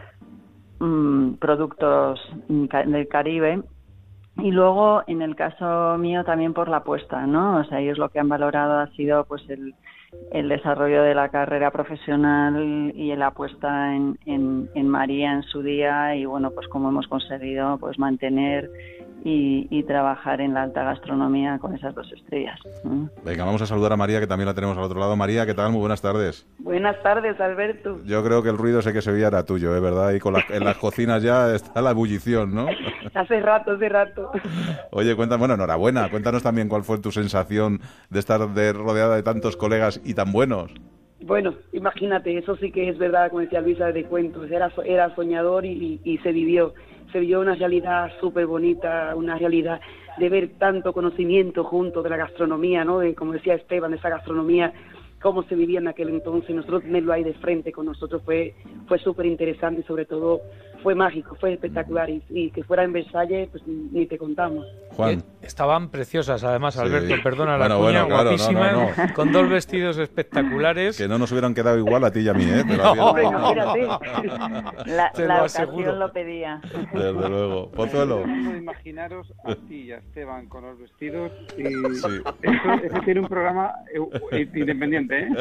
mmm, productos del Caribe. Y luego, en el caso mío, también por la apuesta, ¿no? O sea, ellos lo que han valorado ha sido, pues, el el desarrollo de la carrera profesional y la apuesta en, en, en María en su día y bueno, pues cómo hemos conseguido pues mantener y, y trabajar en la alta gastronomía con esas dos estrellas. ¿Mm? Venga, vamos a saludar a María, que también la tenemos al otro lado. María, ¿qué tal? Muy buenas tardes. Buenas tardes, Alberto. Yo creo que el ruido ese que se oía era tuyo, ¿eh? ¿Verdad? Y con la, en las cocinas ya está la ebullición, ¿no? Hace rato, hace rato. Oye, cuéntanos, bueno, enhorabuena. Cuéntanos también cuál fue tu sensación de estar de, rodeada de tantos colegas y tan buenos. Bueno, imagínate, eso sí que es verdad, como decía Luisa, de cuentos. Era, era soñador y, y, y se vivió. Se vivió una realidad súper bonita, una realidad de ver tanto conocimiento junto de la gastronomía, ¿no? De, como decía Esteban, de esa gastronomía, cómo se vivía en aquel entonces. Nosotros tenerlo ahí de frente con nosotros fue fue súper interesante y sobre todo fue mágico, fue espectacular. Y, y que fuera en Versalles, pues ni te contamos. Juan. Estaban preciosas, además, Alberto, sí. Perdona, bueno, la cuña, bueno, claro, guapísimas, no, no, no. con dos vestidos espectaculares. Que no nos hubieran quedado igual a ti y a mí, ¿eh? Te no, no, no, espérate. La, Te la lo ocasión aseguro. lo pedía. Desde luego. Pozuelo. Imaginaros a ti y a Esteban con los vestidos y Sí. eso, ese tiene un programa eh, independiente, ¿eh?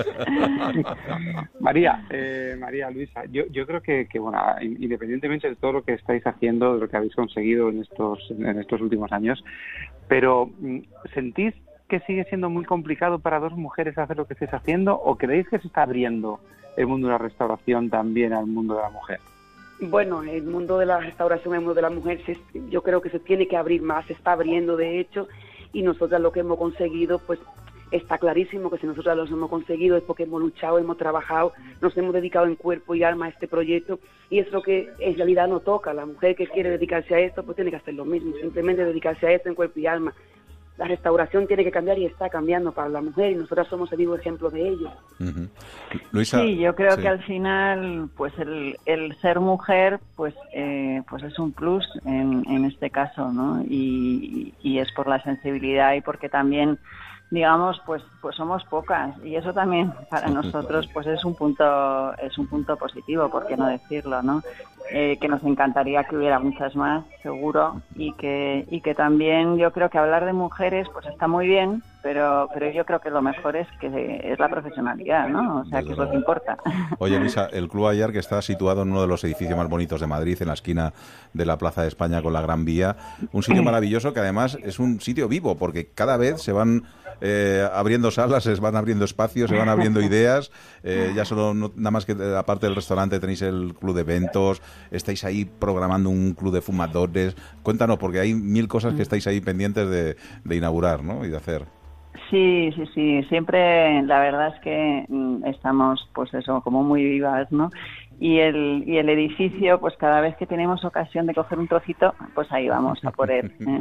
María, eh, María, Luisa, yo, yo creo que, que, bueno, independientemente de todo lo que estáis haciendo, de lo que habéis conseguido en estos, en estos últimos años, pero ¿sentís que sigue siendo muy complicado para dos mujeres hacer lo que estáis haciendo o creéis que se está abriendo el mundo de la restauración también al mundo de la mujer? Bueno, el mundo de la restauración, el mundo de la mujer, se, yo creo que se tiene que abrir más, se está abriendo de hecho, y nosotras lo que hemos conseguido, pues está clarísimo que si nosotras lo hemos conseguido es porque hemos luchado, hemos trabajado, nos hemos dedicado en cuerpo y alma a este proyecto, y es lo que en realidad no toca. La mujer que quiere dedicarse a esto, pues tiene que hacer lo mismo, simplemente dedicarse a esto en cuerpo y alma. La restauración tiene que cambiar y está cambiando para la mujer y nosotras somos el vivo ejemplo de ello. Uh-huh. Luisa, sí, yo creo sí. que al final, pues el, el ser mujer, pues eh, pues es un plus en, en este caso, ¿no? Y, y es por la sensibilidad y porque también, digamos, pues pues somos pocas y eso también para nosotros, pues es un punto es un punto positivo, ¿por qué no decirlo, no? Eh, que nos encantaría que hubiera muchas más, seguro, y que y que también yo creo que hablar de mujeres pues está muy bien, pero pero yo creo que lo mejor es que es la profesionalidad, ¿no? O sea, que es lo que importa. Oye, Luisa, el Club Ayar, que está situado en uno de los edificios más bonitos de Madrid, en la esquina de la Plaza de España con la Gran Vía, un sitio maravilloso que además es un sitio vivo, porque cada vez se van eh, abriendo salas, se van abriendo espacios, se van abriendo ideas, eh, ya solo, no, nada más que aparte del restaurante tenéis el club de eventos, estáis ahí programando un club de fumadores. Cuéntanos, porque hay mil cosas que estáis ahí pendientes de, de inaugurar, ¿no? Y de hacer. Sí, sí, sí. Siempre, la verdad es que mm, estamos, pues eso, como muy vivas, ¿no? Y el, y el edificio, pues cada vez que tenemos ocasión de coger un trocito, pues ahí vamos a por él, ¿eh?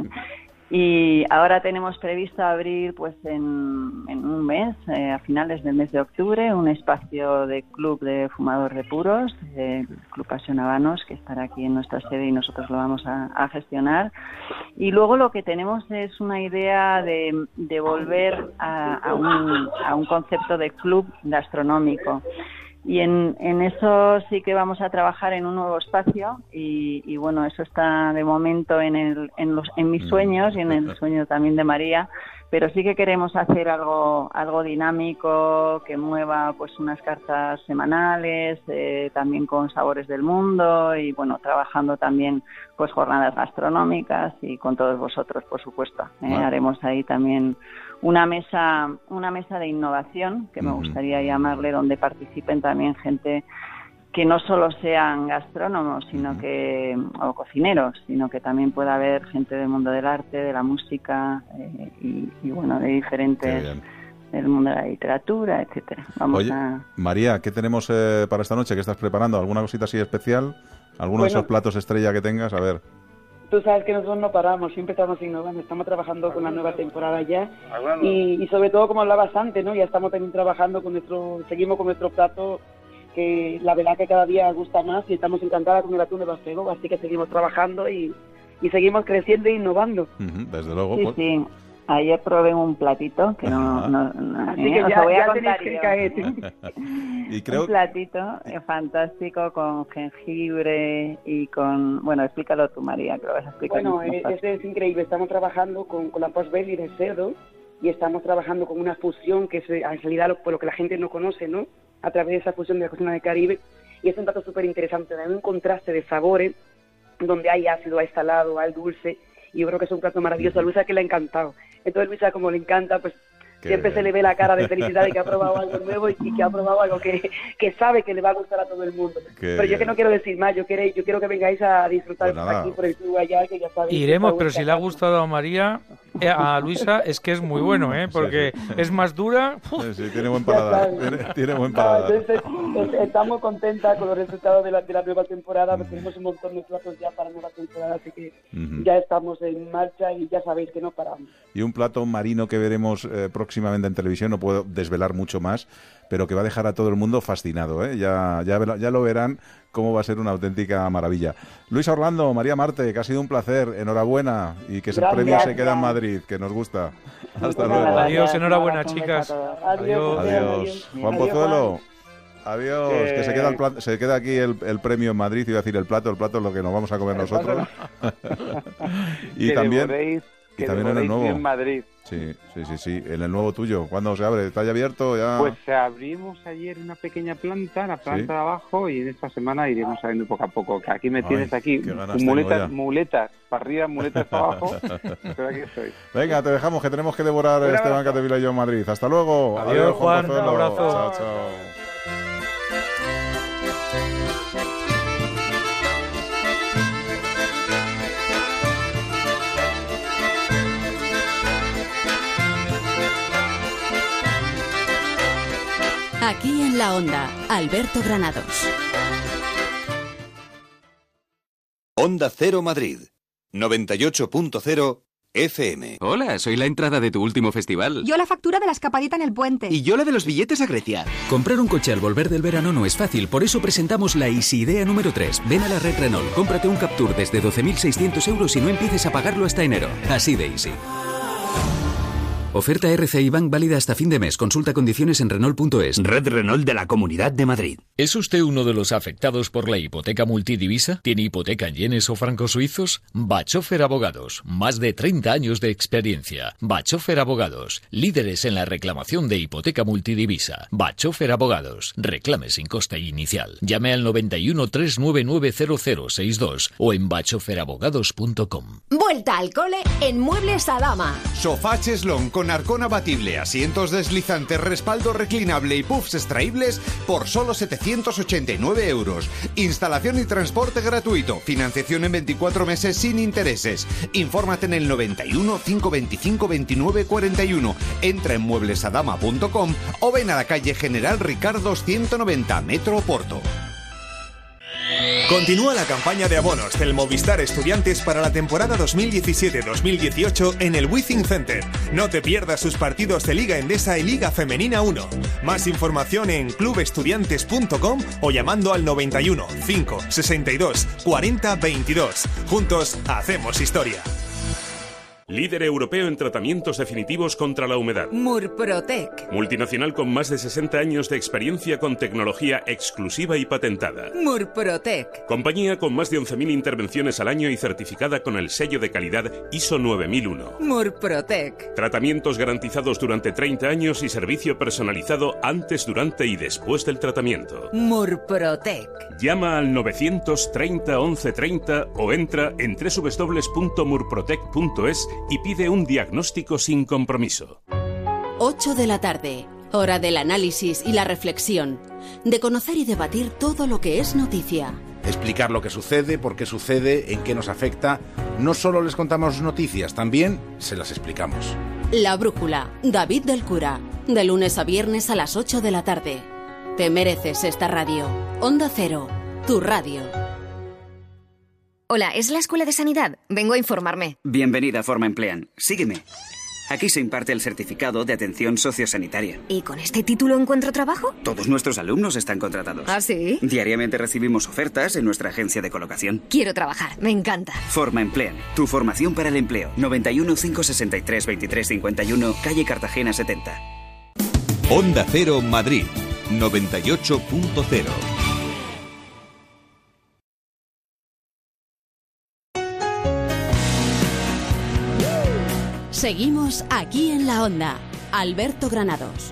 Y ahora tenemos previsto abrir, pues en, en un mes, eh, a finales del mes de octubre, un espacio de club de fumador de puros, eh, Club Pasión Habanos, que estará aquí en nuestra sede y nosotros lo vamos a, a gestionar. Y luego lo que tenemos es una idea de, de volver a, a, un, a un concepto de club gastronómico. Y en, en eso sí que vamos a trabajar en un nuevo espacio y, y bueno, eso está de momento en, el, en, los, en mis sueños y en el sueño también de María, pero sí que queremos hacer algo algo dinámico, que mueva pues unas cartas semanales, eh, también con sabores del mundo y bueno, trabajando también pues jornadas gastronómicas y con todos vosotros, por supuesto. Eh, bueno. Haremos ahí también una mesa una mesa de innovación, que me gustaría llamarle, donde participen también gente que no solo sean gastrónomos, sino que o cocineros, sino que también pueda haber gente del mundo del arte, de la música eh, y, y bueno, de diferentes, del mundo de la literatura, etcétera. Vamos Oye, a... María, ¿qué tenemos eh, para esta noche? ¿Qué estás preparando? ¿Alguna cosita así especial? ¿Alguno bueno, de esos platos estrella que tengas? A ver. Tú sabes que nosotros no paramos, siempre estamos innovando, estamos trabajando con la nueva temporada ya y, y sobre todo, como hablabas antes, ¿no? Ya estamos también trabajando con nuestro, seguimos con nuestro plato, que la verdad que cada día gusta más y estamos encantadas con el atún de Bastego, así que seguimos trabajando y, y seguimos creciendo e innovando. Uh-huh, desde luego. Sí, pues... sí. Ayer probé un platito que no... no, no así que ya, voy a ya tenéis que caer. Y creo... Un platito fantástico con jengibre y con... Bueno, explícalo tú, María, que lo vas a explicar. Bueno, este es increíble. Estamos trabajando con, con la post-belly de cerdo y estamos trabajando con una fusión que es en realidad lo, por lo que la gente no conoce, ¿no? A través de esa fusión de la cocina del Caribe. Y es un plato súper interesante. Hay un contraste de sabores donde hay ácido, hay salado, hay dulce. Y yo creo que es un plato maravilloso. A Luisa que le ha encantado. Entonces Luisa, como le encanta, pues Qué siempre bien. Se le ve la cara de felicidad de que ha probado algo nuevo y, y que ha probado algo que, que sabe que le va a gustar a todo el mundo. Qué pero bien. Yo que no quiero decir más, yo quiero, yo quiero que vengáis a disfrutar pues aquí por el club allá, que ya sabéis. Iremos, pero si le ha gustado a María, eh, a Luisa, es que es muy bueno, ¿eh? Porque sí, sí. es más dura. Sí, sí, tiene buen paladar. Tiene, tiene buen paladar. No, entonces, estamos contentas con los resultados de la, de la nueva temporada, porque tenemos un montón de platos ya para nueva temporada, así que uh-huh. ya estamos en marcha y ya sabéis que no paramos. Y un plato marino que veremos eh, próximamente en televisión, no puedo desvelar mucho más, pero que va a dejar a todo el mundo fascinado, ¿eh? Ya, ya, ya lo verán cómo va a ser una auténtica maravilla. Luisa Orlando, María Marte, que ha sido un placer, enhorabuena y que ese gracias, premio se queda en Madrid, que nos gusta. Hasta luego. Adiós, enhorabuena, chicas. Adiós. Adiós. Juan Pozuelo. Adiós, que se queda, el plato, se queda aquí el, el premio en Madrid, iba a decir el plato, el plato es lo que nos vamos a comer nosotros. y que también, devoréis, y también en el nuevo. En Madrid. Sí, sí, sí, sí, en el nuevo tuyo. ¿Cuándo se abre? ¿Está ya abierto? Ya... Pues abrimos ayer una pequeña planta, la planta ¿Sí? de abajo, y en esta semana iremos abriendo poco a poco. Que aquí me Ay, tienes aquí, muletas, muletas para arriba, muletas para abajo, pero aquí estoy. Venga, te dejamos, que tenemos que devorar Buena Esteban Capdevila y yo en Madrid. Hasta luego. Adiós, Adiós Juan, un abrazo. Chao, chao. Aquí en la Onda, Alberto Granados. Onda Cero Madrid, noventa y ocho punto cero F M. Hola, soy la entrada de tu último festival. Yo la factura de la escapadita en el puente. Y yo la de los billetes a Grecia. Comprar un coche al volver del verano no es fácil, por eso presentamos la Easy Idea número tres. Ven a la Red Renault, cómprate un Captur desde doce mil seiscientos euros y no empieces a pagarlo hasta enero. Así de easy. Oferta R C I Bank válida hasta fin de mes. Consulta condiciones en Renault punto es. Red Renault de la Comunidad de Madrid. ¿Es usted uno de los afectados por la hipoteca multidivisa? ¿Tiene hipoteca en yenes o francos suizos? Bachofer Abogados. Más de treinta años de experiencia. Bachofer Abogados. Líderes en la reclamación de hipoteca multidivisa. Bachofer Abogados. Reclame sin coste inicial. Llame al noventa y uno, trescientos noventa y nueve, cero cero sesenta y dos o en bachofer abogados punto com. Vuelta al cole en Muebles Adama. Sofá cheslón con arcón abatible, asientos deslizantes, respaldo reclinable y puffs extraíbles por solo setecientos ochenta y nueve euros. Instalación y transporte gratuito. Financiación en veinticuatro meses sin intereses. Infórmate en el noventa y uno, cinco veinticinco, veintinueve cuarenta y uno. Entra en muebles adama punto com o ven a la calle General Ricardos ciento noventa, Metro Porto. Continúa la campaña de abonos del Movistar Estudiantes para la temporada dos mil diecisiete dos mil dieciocho en el Withing Center. No te pierdas sus partidos de Liga Endesa y Liga Femenina uno. Más información en club estudiantes punto com o llamando al noventa y uno, cinco sesenta y dos, cuarenta veintidós. Juntos hacemos historia. Líder europeo en tratamientos definitivos contra la humedad. Murprotec. Multinacional con más de sesenta años de experiencia con tecnología exclusiva y patentada. Murprotec. Compañía con más de once mil intervenciones al año y certificada con el sello de calidad I S O nueve mil uno. Murprotec. Tratamientos garantizados durante treinta años y servicio personalizado antes, durante y después del tratamiento. Murprotec. Llama al novecientos treinta, once treinta o entra en doble u doble u doble u punto murprotec punto es y pide un diagnóstico sin compromiso. ocho de la tarde, hora del análisis y la reflexión, de conocer y debatir todo lo que es noticia. Explicar lo que sucede, por qué sucede, en qué nos afecta. No solo les contamos noticias, también se las explicamos. La Brújula, David del Cura, de lunes a viernes a las ocho de la tarde. Te mereces esta radio. Onda Cero, tu radio. Hola, ¿es la Escuela de Sanidad? Vengo a informarme. Bienvenida a Forma Emplean. Sígueme. Aquí se imparte el certificado de atención sociosanitaria. ¿Y con este título encuentro trabajo? Todos nuestros alumnos están contratados. ¿Ah, sí? Diariamente recibimos ofertas en nuestra agencia de colocación. Quiero trabajar, me encanta. Forma Emplean, tu formación para el empleo. noventa y uno, cinco sesenta y tres, veintitrés cincuenta y uno, calle Cartagena setenta. Onda Cero Madrid, noventa y ocho punto cero. Seguimos aquí en la Onda. Alberto Granados.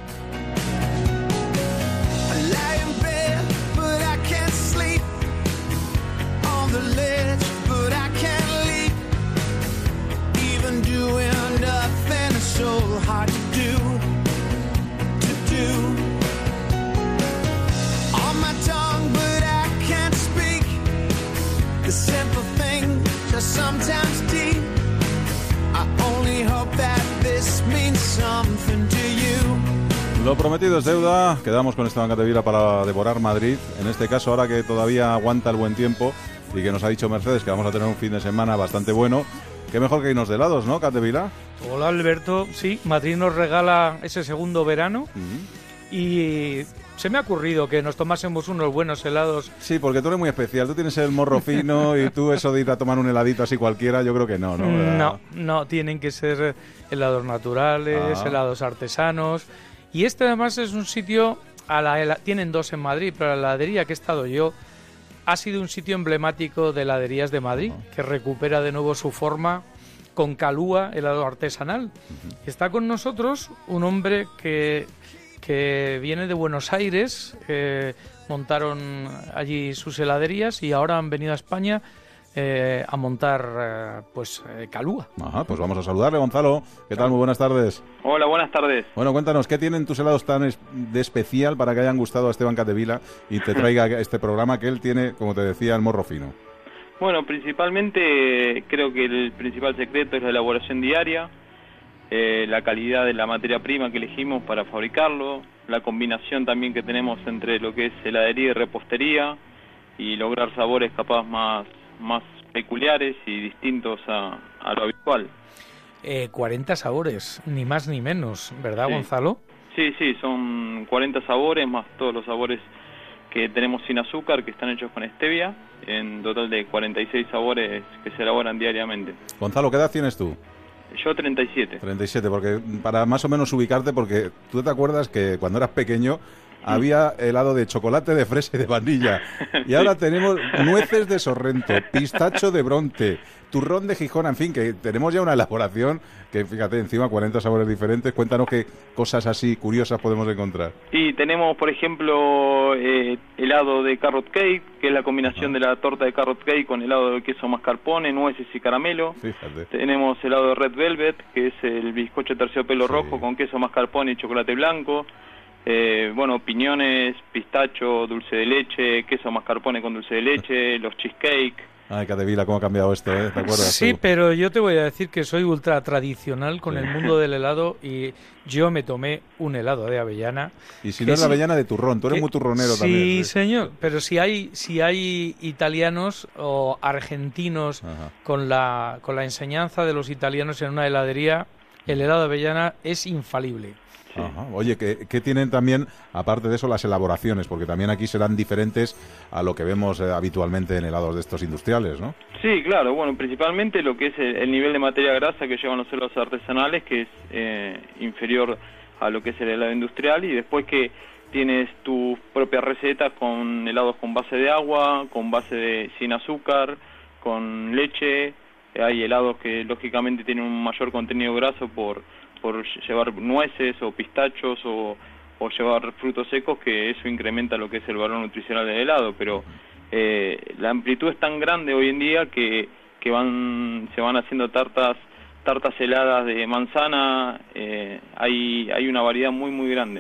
Lo prometido es deuda. Quedamos con Esteban Capdevila para devorar Madrid. En este caso, ahora que todavía aguanta el buen tiempo y que nos ha dicho Mercedes que vamos a tener un fin de semana bastante bueno, qué mejor que irnos de helados, ¿no, Capdevila? Hola, Alberto. Sí, Madrid nos regala ese segundo verano. Uh-huh. Y se me ha ocurrido que nos tomásemos unos buenos helados. Sí, porque tú eres muy especial. Tú tienes el morro fino y tú eso de ir a tomar un heladito así cualquiera, yo creo que no, ¿no? No, no, tienen que ser helados naturales, ah. helados artesanos. Y este además es un sitio, a la hela- tienen dos en Madrid, pero la heladería que he estado yo ha sido un sitio emblemático de heladerías de Madrid, uh-huh. que recupera de nuevo su forma con Calúa, helado artesanal. Uh-huh. Está con nosotros un hombre que... que viene de Buenos Aires, eh, montaron allí sus heladerías y ahora han venido a España eh, a montar eh, pues eh, Calúa. Ajá, pues vamos a saludarle, Gonzalo. ¿Qué tal? Muy buenas tardes. Hola, buenas tardes. Bueno, cuéntanos, ¿qué tienen tus helados tan es- de especial para que hayan gustado a Esteban Capdevila y te traiga este programa que él tiene, como te decía, el morro fino? Bueno, principalmente creo que el principal secreto es la elaboración diaria, Eh, la calidad de la materia prima que elegimos para fabricarlo, la combinación también que tenemos entre lo que es heladería y repostería y lograr sabores capaz más, más peculiares y distintos a, a lo habitual. Eh, cuarenta sabores, ni más ni menos, ¿verdad, Sí. Gonzalo? Sí, sí, son cuarenta sabores más todos los sabores que tenemos sin azúcar, que están hechos con stevia, en total de cuarenta y seis sabores que se elaboran diariamente. Gonzalo, ¿qué edad tienes tú? Yo treinta y siete. treinta y siete, porque para más o menos ubicarte, porque tú te acuerdas que cuando eras pequeño había helado de chocolate, de fresa y de vainilla. Y ahora tenemos nueces de Sorrento, pistacho de Bronte, turrón de Gijón, en fin, que tenemos ya una elaboración que, fíjate, encima cuarenta sabores diferentes. Cuéntanos qué cosas así curiosas podemos encontrar. Y tenemos, por ejemplo, eh, helado de carrot cake, que es la combinación ah. de la torta de carrot cake con helado de queso mascarpone, nueces y caramelo. Fíjate. Tenemos helado de red velvet, que es el bizcocho terciopelo sí. rojo con queso mascarpone y chocolate blanco. Eh, bueno, piñones, pistacho, dulce de leche, queso mascarpone con dulce de leche, los cheesecake. Ay, Capdevila, cómo ha cambiado este, ¿eh? ¿Te acuerdas? Sí, tú? Pero yo te voy a decir que soy ultra tradicional con sí. el mundo del helado y yo me tomé un helado de avellana. Y si no es la avellana de turrón, tú eres que, muy turronero sí, también. Sí, señor, pero si hay si hay italianos o argentinos con la, con la enseñanza de los italianos en una heladería, el helado de avellana es infalible. Sí. Ajá. Oye, ¿qué, ¿qué tienen también, aparte de eso, las elaboraciones? Porque también aquí serán diferentes a lo que vemos eh, habitualmente en helados de estos industriales, ¿no? Sí, claro. Bueno, principalmente lo que es el, el nivel de materia grasa que llevan los helados artesanales, que es eh, inferior a lo que es el helado industrial, y después que tienes tus propias recetas con helados con base de agua, con base de sin azúcar, con leche. Hay helados que lógicamente tienen un mayor contenido graso por... por llevar nueces o pistachos o, o llevar frutos secos, que eso incrementa lo que es el valor nutricional del helado, pero eh, la amplitud es tan grande hoy en día que, que van se van haciendo tartas tartas heladas de manzana, eh, hay hay una variedad muy muy grande.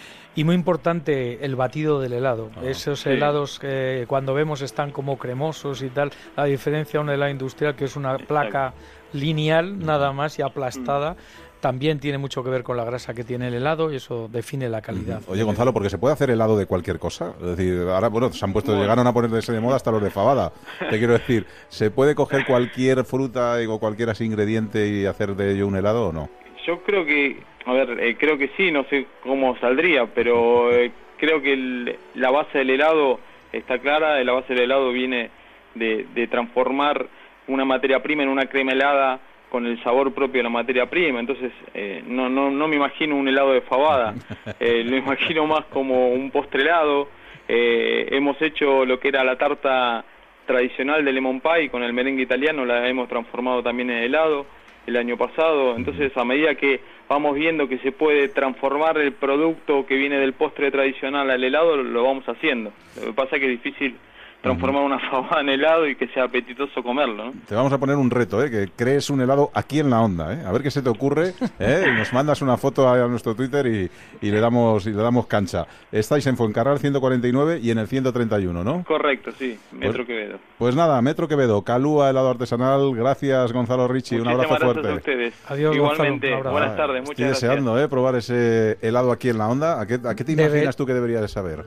Y muy importante el batido del helado. Ah, Esos sí. helados que cuando vemos están como cremosos y tal, la diferencia a un helado industrial que es una Exacto. placa lineal nada más y aplastada, mm. también tiene mucho que ver con la grasa que tiene el helado y eso define la calidad. Oye, Gonzalo, porque se puede hacer helado de cualquier cosa. Es decir, ahora, bueno, se han puesto, bueno. llegaron a ponerse de moda hasta los de fabada. Te quiero decir, ¿se puede coger cualquier fruta o cualquier así ingrediente y hacer de ello un helado o no? Yo creo que, a ver, eh, creo que sí, no sé cómo saldría, pero eh, creo que el, la base del helado está clara. La base del helado viene de, de transformar una materia prima en una crema helada con el sabor propio de la materia prima. Entonces eh, no no no me imagino un helado de fabada, eh, lo imagino más como un postre helado. Eh, hemos hecho lo que era la tarta tradicional de lemon pie con el merengue italiano, la hemos transformado también en helado el año pasado. Entonces, a medida que vamos viendo que se puede transformar el producto que viene del postre tradicional al helado, lo vamos haciendo. Lo que pasa es que es difícil transformar una fabada en helado y que sea apetitoso comerlo, ¿no? Te vamos a poner un reto, ¿eh? Que crees un helado aquí en la onda, ¿eh? A ver qué se te ocurre, ¿eh? Y nos mandas una foto a nuestro Twitter y, y le damos y le damos cancha. Estáis en Fuencarral ciento cuarenta y nueve y en el ciento treinta y uno, ¿no? Correcto, sí, Metro pues, Quevedo. Pues nada, Metro Quevedo, Calúa helado artesanal. Gracias, Gonzalo Ricci, un abrazo fuerte. Gracias a ustedes. Adiós, igualmente. Gonzalo, buenas tardes, muchas Estoy gracias. deseando, ¿eh? Probar ese helado aquí en la onda. ¿A qué, a qué te imaginas Debe... tú que deberías de saber?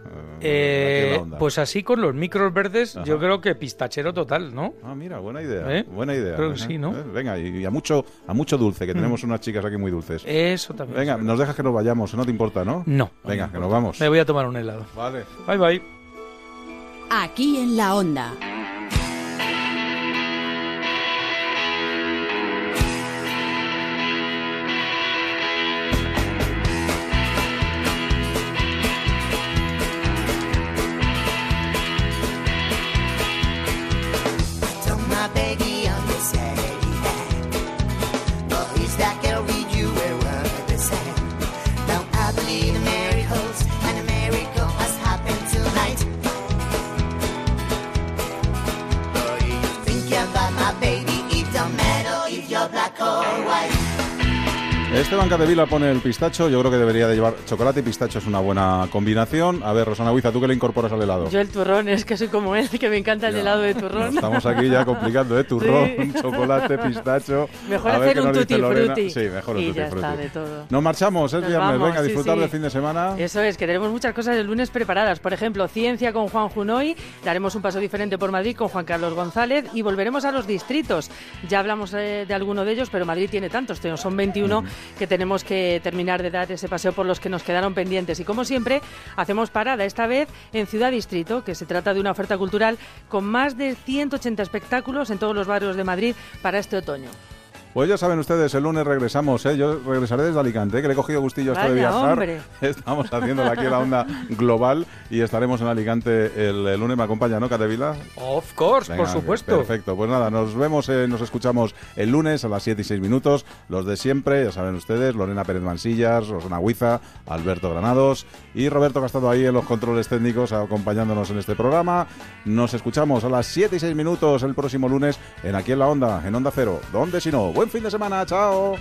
Eh, aquí en la onda? Pues así con los micros verdes, Ajá. yo creo que pistachero total, ¿no? Ah, mira, buena idea, ¿Eh? buena idea. Creo que sí, ¿no? ¿Eh? Venga, y a mucho a mucho dulce, que tenemos mm. unas chicas aquí muy dulces. Eso también. Venga, nos dejas que nos vayamos, no te importa, ¿no? No. Venga, no que nos vamos. Me voy a tomar un helado. Vale. Bye, bye. Aquí en la onda. Esteban Capdevila pone el pistacho, yo creo que debería de llevar chocolate y pistacho, es una buena combinación. A ver, Rosana Huiza, ¿tú qué le incorporas al helado? Yo el turrón, es que soy como él, que me encanta el ya, helado de turrón. Estamos aquí ya complicando, ¿eh? Turrón, sí. chocolate, pistacho. Mejor a hacer un tutti frutti. Sí, mejor un y tutti ya frutti. Está, de todo. Nos marchamos, es Nos viernes, vamos, venga, a disfrutar sí, sí. del fin de semana. Eso es, que tenemos muchas cosas el lunes preparadas. Por ejemplo, ciencia con Juan Junoy, daremos un paso diferente por Madrid con Juan Carlos González y volveremos a los distritos. Ya hablamos eh, de alguno de ellos, pero Madrid tiene tantos, son veintiuno, mm. que tenemos que terminar de dar ese paseo por los que nos quedaron pendientes. Y como siempre, hacemos parada, esta vez en Ciudad Distrito, que se trata de una oferta cultural con más de ciento ochenta espectáculos en todos los barrios de Madrid para este otoño. Pues ya saben ustedes, el lunes regresamos, ¿eh? Yo regresaré desde Alicante, ¿eh? Que le he cogido gustillo esto de viajar. Hombre. Estamos haciendo aquí la onda global y estaremos en Alicante el, el lunes. ¿Me acompaña, no, Capdevila? Of course, Venga, por supuesto. Perfecto, pues nada, nos vemos, eh, nos escuchamos el lunes a las siete y seis minutos, los de siempre, ya saben ustedes, Lorena Pérez Mansillas, Rosana Huiza, Alberto Granados y Roberto que ha estado ahí en los controles técnicos acompañándonos en este programa. Nos escuchamos a las siete y seis minutos el próximo lunes en Aquí en la Onda, en Onda Cero. ¿Dónde si no? Buen fin de semana, chao.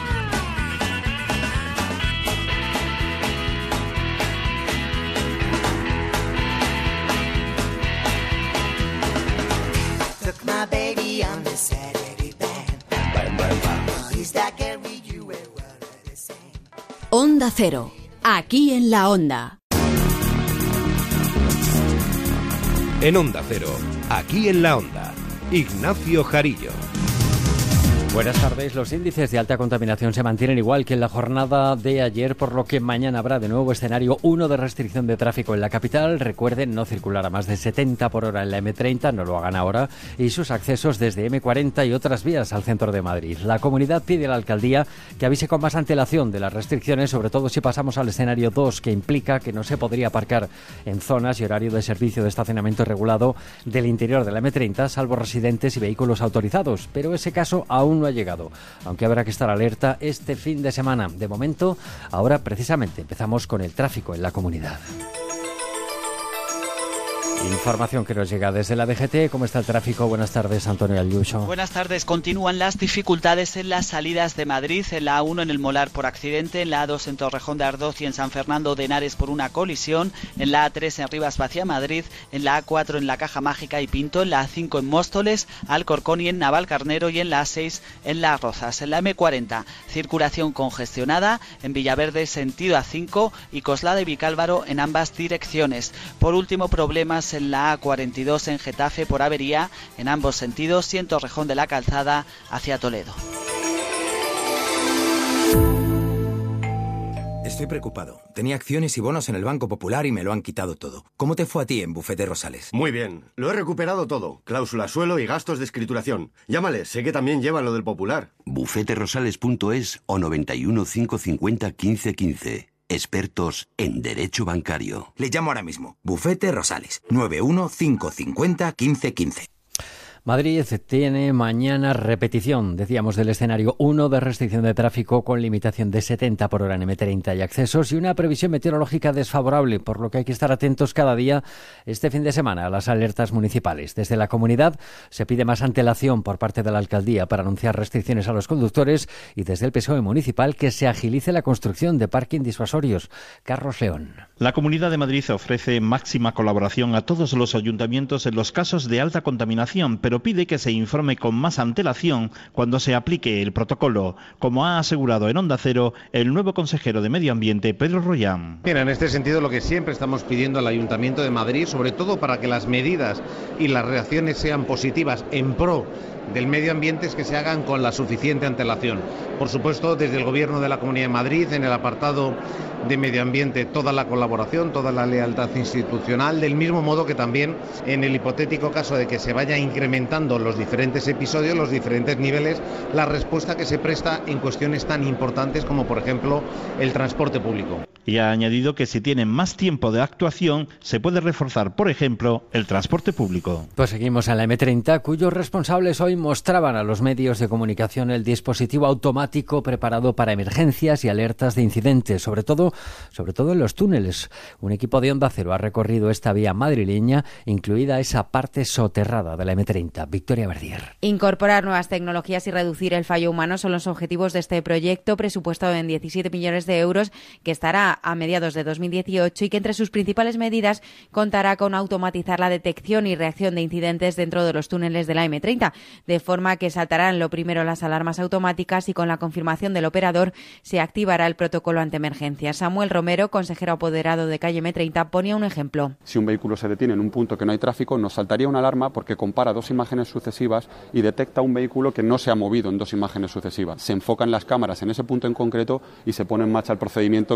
Onda Cero, aquí en la Onda. En Onda Cero, aquí en la Onda, Ignacio Jarillo. Buenas tardes. Los índices de alta contaminación se mantienen igual que en la jornada de ayer, por lo que mañana habrá de nuevo escenario uno de restricción de tráfico en la capital. Recuerden no circular a más de setenta por hora en la eme treinta, no lo hagan ahora, y sus accesos desde eme cuarenta y otras vías al centro de Madrid. La comunidad pide a la alcaldía que avise con más antelación de las restricciones, sobre todo si pasamos al escenario dos, que implica que no se podría aparcar en zonas y horario de servicio de estacionamiento regulado del interior de la eme treinta, salvo residentes y vehículos autorizados. Pero ese caso aún no ha llegado, aunque habrá que estar alerta este fin de semana. De momento, ahora precisamente empezamos con el tráfico en la comunidad. Información que nos llega desde la D G T. ¿Cómo está el tráfico? Buenas tardes, Antonio Ayuso. Buenas tardes. Continúan las dificultades en las salidas de Madrid, en la A uno en el Molar por accidente, en la A dos en Torrejón de Ardoz y en San Fernando de Henares por una colisión, en la A tres en Rivas Vacia Madrid, en la A cuatro en la Caja Mágica y Pinto, en la A cinco en Móstoles, Alcorcón y en Navalcarnero y en la A seis en Las Rozas. En la eme cuarenta, circulación congestionada en Villaverde sentido A cinco y Coslada y Vicálvaro en ambas direcciones. Por último, problemas en la A cuarenta y dos en Getafe por avería en ambos sentidos y en Torrejón de la Calzada hacia Toledo. Estoy preocupado. Tenía acciones y bonos en el Banco Popular y me lo han quitado todo. ¿Cómo te fue a ti en Bufete Rosales? Muy bien. Lo he recuperado todo. Cláusula suelo y gastos de escrituración. Llámales, sé que también llevan lo del Popular. bufete rosales punto es o noventa y uno, cinco cincuenta, quince quince. Expertos en Derecho Bancario. Le llamo ahora mismo. Bufete Rosales. nueve uno, cinco cincuenta, quince quince. Madrid tiene mañana repetición, decíamos, del escenario uno de restricción de tráfico con limitación de setenta por hora en eme treinta y accesos y una previsión meteorológica desfavorable, por lo que hay que estar atentos cada día este fin de semana a las alertas municipales. Desde la comunidad se pide más antelación por parte de la alcaldía para anunciar restricciones a los conductores y desde el P S O E municipal que se agilice la construcción de parking disuasorios. Carlos León. La Comunidad de Madrid ofrece máxima colaboración a todos los ayuntamientos en los casos de alta contaminación, pero pide que se informe con más antelación cuando se aplique el protocolo, como ha asegurado en Onda Cero el nuevo consejero de Medio Ambiente, Pedro Royán. Mira, en este sentido lo que siempre estamos pidiendo al Ayuntamiento de Madrid, sobre todo para que las medidas y las reacciones sean positivas en pro del medio ambiente, es que se hagan con la suficiente antelación. Por supuesto, desde el Gobierno de la Comunidad de Madrid, en el apartado de medio ambiente, toda la colaboración, toda la lealtad institucional, del mismo modo que también en el hipotético caso de que se vaya incrementando los diferentes episodios, los diferentes niveles, la respuesta que se presta en cuestiones tan importantes como, por ejemplo, el transporte público. Y ha añadido que si tienen más tiempo de actuación, se puede reforzar, por ejemplo, el transporte público. Pues seguimos en la eme treinta, cuyos responsables hoy mostraban a los medios de comunicación el dispositivo automático preparado para emergencias y alertas de incidentes, sobre todo, sobre todo en los túneles. Un equipo de Onda Cero ha recorrido esta vía madrileña, incluida esa parte soterrada de la eme treinta. Victoria Verdier. Incorporar nuevas tecnologías y reducir el fallo humano son los objetivos de este proyecto, presupuestado en diecisiete millones de euros, que estará a mediados de dos mil dieciocho y que entre sus principales medidas contará con automatizar la detección y reacción de incidentes dentro de los túneles de la eme treinta, de forma que saltarán lo primero las alarmas automáticas y con la confirmación del operador se activará el protocolo ante emergencias. Samuel Romero, consejero apoderado de calle eme treinta, ponía un ejemplo. Si un vehículo se detiene en un punto que no hay tráfico, nos saltaría una alarma porque compara dos imágenes sucesivas y detecta un vehículo que no se ha movido en dos imágenes sucesivas. Se enfocan las cámaras en ese punto en concreto y se pone en marcha el procedimiento que establece el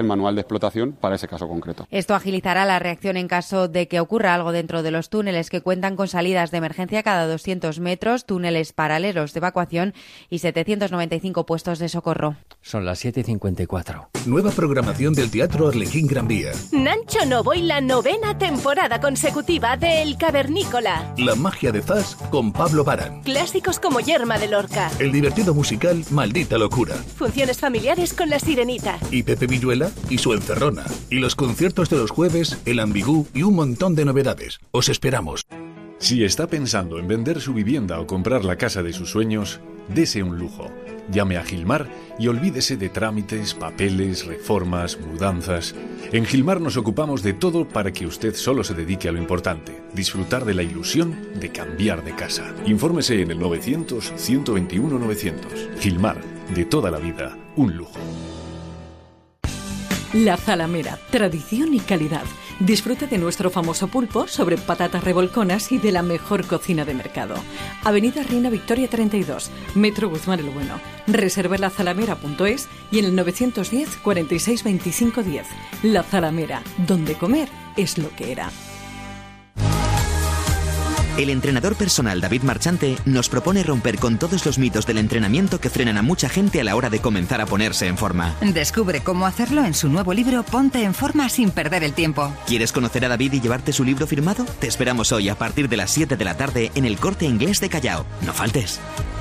el manual de explotación para ese caso concreto. Esto agilizará la reacción en caso de que ocurra algo dentro de los túneles, que cuentan con salidas de emergencia cada doscientos metros, túneles paralelos de evacuación y setecientos noventa y cinco puestos de socorro. Son las siete y cincuenta y cuatro. Nueva programación del Teatro Arlequín Gran Vía. Nancho Novo y la novena temporada consecutiva de El Cavernícola. La magia de Zas con Pablo Baran. Clásicos como Yerma de Lorca. El divertido musical Maldita Locura. Funciones familiares con La Sirenita. Y Pepe Villuela y su Encerrona. Y los conciertos de los jueves, El Ambigú y un montón de novedades. Os esperamos. Si está pensando en vender su vivienda o comprar la casa de sus sueños, dese un lujo. Llame a Gilmar y olvídese de trámites, papeles, reformas, mudanzas. En Gilmar nos ocupamos de todo para que usted solo se dedique a lo importante, disfrutar de la ilusión de cambiar de casa. Infórmese en el novecientos, ciento veintiuno, novecientos. Gilmar, de toda la vida, un lujo. La Zalamera, tradición y calidad. Disfruta de nuestro famoso pulpo sobre patatas revolconas y de la mejor cocina de mercado. Avenida Reina Victoria treinta y dos, Metro Guzmán el Bueno. Reserva en la zalamera punto es y en el novecientos diez, cuarenta y seis, veinticinco, diez. La Zalamera, donde comer es lo que era. El entrenador personal David Marchante nos propone romper con todos los mitos del entrenamiento que frenan a mucha gente a la hora de comenzar a ponerse en forma. Descubre cómo hacerlo en su nuevo libro Ponte en forma sin perder el tiempo. ¿Quieres conocer a David y llevarte su libro firmado? Te esperamos hoy a partir de las siete de la tarde en el Corte Inglés de Callao. No faltes.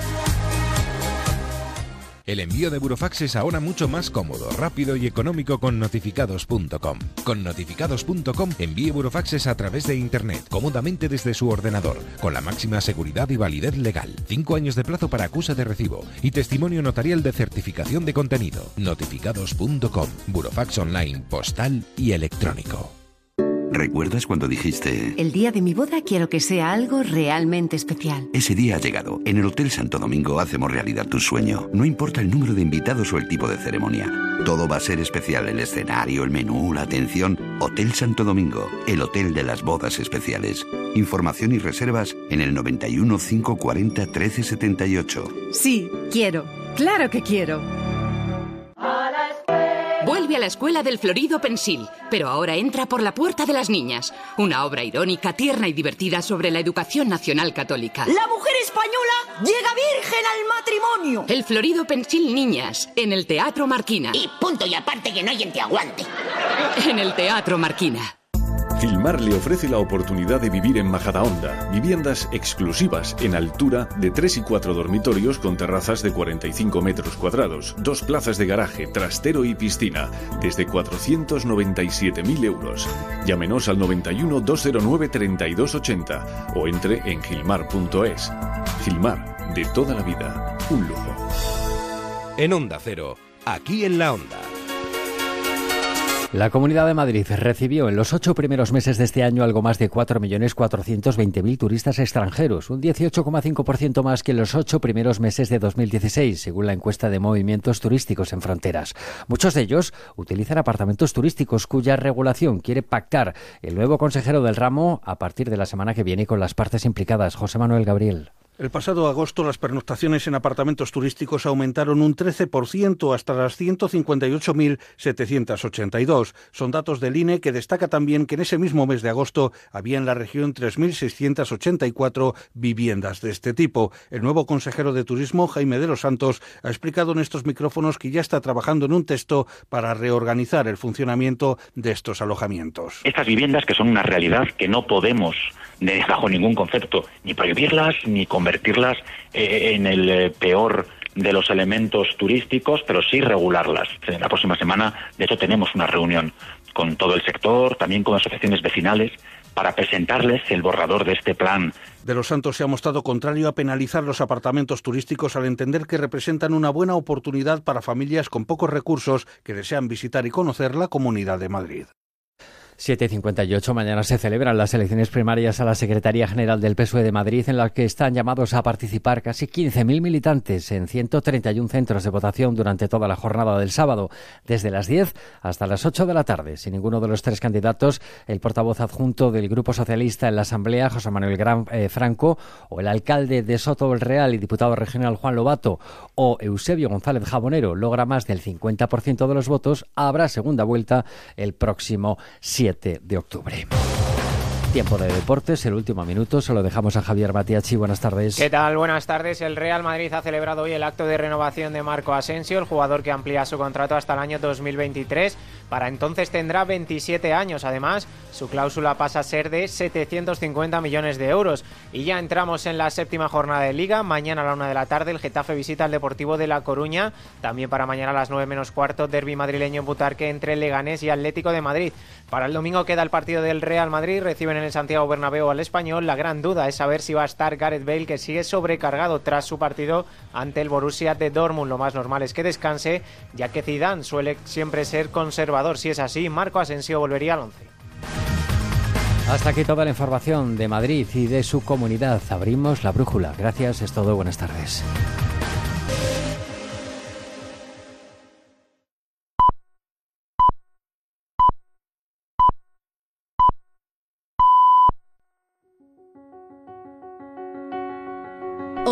El envío de Burofax es ahora mucho más cómodo, rápido y económico con notificados punto com. Con notificados punto com envíe burofaxes a través de Internet, cómodamente desde su ordenador, con la máxima seguridad y validez legal. Cinco años de plazo para acusa de recibo y testimonio notarial de certificación de contenido. notificados punto com. Burofax online, postal y electrónico. ¿Recuerdas cuando dijiste... El día de mi boda quiero que sea algo realmente especial? Ese día ha llegado. En el Hotel Santo Domingo hacemos realidad tu sueño. No importa el número de invitados o el tipo de ceremonia. Todo va a ser especial. El escenario, el menú, la atención. Hotel Santo Domingo, el hotel de las bodas especiales. Información y reservas en el noventa y uno, cinco cuarenta, trece setenta y ocho. Sí, quiero. Claro que quiero. Vuelve a la escuela del Florido Pensil, pero ahora entra por la puerta de las niñas. Una obra irónica, tierna y divertida sobre la educación nacional católica. La mujer española llega virgen al matrimonio. El Florido Pensil Niñas, en el Teatro Marquina. Y punto y aparte que no hay quien te aguante. En el Teatro Marquina. Gilmar le ofrece la oportunidad de vivir en Majadahonda, viviendas exclusivas en altura de tres y cuatro dormitorios con terrazas de cuarenta y cinco metros cuadrados, dos plazas de garaje, trastero y piscina, desde cuatrocientos noventa y siete mil euros. Llámenos al noventa y uno, doscientos nueve, treinta y dos ochenta o entre en gilmar punto es. Gilmar, de toda la vida, un lujo. En Onda Cero, aquí en la Onda. La Comunidad de Madrid recibió en los ocho primeros meses de este año algo más de cuatro millones cuatrocientos veinte mil turistas extranjeros, un dieciocho coma cinco por ciento más que en los ocho primeros meses de dos mil dieciséis, según la encuesta de movimientos turísticos en fronteras. Muchos de ellos utilizan apartamentos turísticos cuya regulación quiere pactar el nuevo consejero del ramo a partir de la semana que viene con las partes implicadas. José Manuel Gabriel. El pasado agosto las pernoctaciones en apartamentos turísticos aumentaron un trece por ciento hasta las ciento cincuenta y ocho mil setecientos ochenta y dos. Son datos del I N E, que destaca también que en ese mismo mes de agosto había en la región tres mil seiscientos ochenta y cuatro viviendas de este tipo. El nuevo consejero de Turismo, Jaime de los Santos, ha explicado en estos micrófonos que ya está trabajando en un texto para reorganizar el funcionamiento de estos alojamientos. Estas viviendas, que son una realidad que no podemos, bajo ningún concepto, ni prohibirlas ni convertirlas eh, en el eh, peor de los elementos turísticos, pero sí regularlas. En la próxima semana, de hecho, tenemos una reunión con todo el sector, también con asociaciones vecinales, para presentarles el borrador de este plan. De los Santos se ha mostrado contrario a penalizar los apartamentos turísticos al entender que representan una buena oportunidad para familias con pocos recursos que desean visitar y conocer la Comunidad de Madrid. siete y cincuenta y ocho, mañana se celebran las elecciones primarias a la Secretaría General del P S O E de Madrid, en las que están llamados a participar casi quince mil militantes en ciento treinta y uno centros de votación durante toda la jornada del sábado, desde las diez hasta las ocho de la tarde. Sin ninguno de los tres candidatos, el portavoz adjunto del Grupo Socialista en la Asamblea, José Manuel Gran eh, Franco, o el alcalde de Soto del Real y diputado regional Juan Lobato, o Eusebio González Jabonero, logra más del cincuenta por ciento de los votos, habrá segunda vuelta el próximo siete de octubre. Tiempo de deportes, el último minuto, se lo dejamos a Javier Matiachi. Buenas tardes. ¿Qué tal? Buenas tardes. El Real Madrid ha celebrado hoy el acto de renovación de Marco Asensio, el jugador que amplía su contrato hasta el año dos mil veintitrés. Para entonces tendrá veintisiete años. Además, su cláusula pasa a ser de setecientos cincuenta millones de euros. Y ya entramos en la séptima jornada de Liga. Mañana a la una de la tarde el Getafe visita al Deportivo de La Coruña. También para mañana a las nueve menos cuarto, derbi madrileño en Butarque entre Leganés y Atlético de Madrid. Para el domingo queda el partido del Real Madrid. Reciben en el Santiago Bernabéu al Español. La gran duda es saber si va a estar Gareth Bale, que sigue sobrecargado tras su partido ante el Borussia de Dortmund. Lo más normal es que descanse, ya que Zidane suele siempre ser conservador. Si es así, Marco Asensio volvería al once. Hasta aquí toda la información de Madrid y de su comunidad. Abrimos la brújula. Gracias, es todo. Buenas tardes.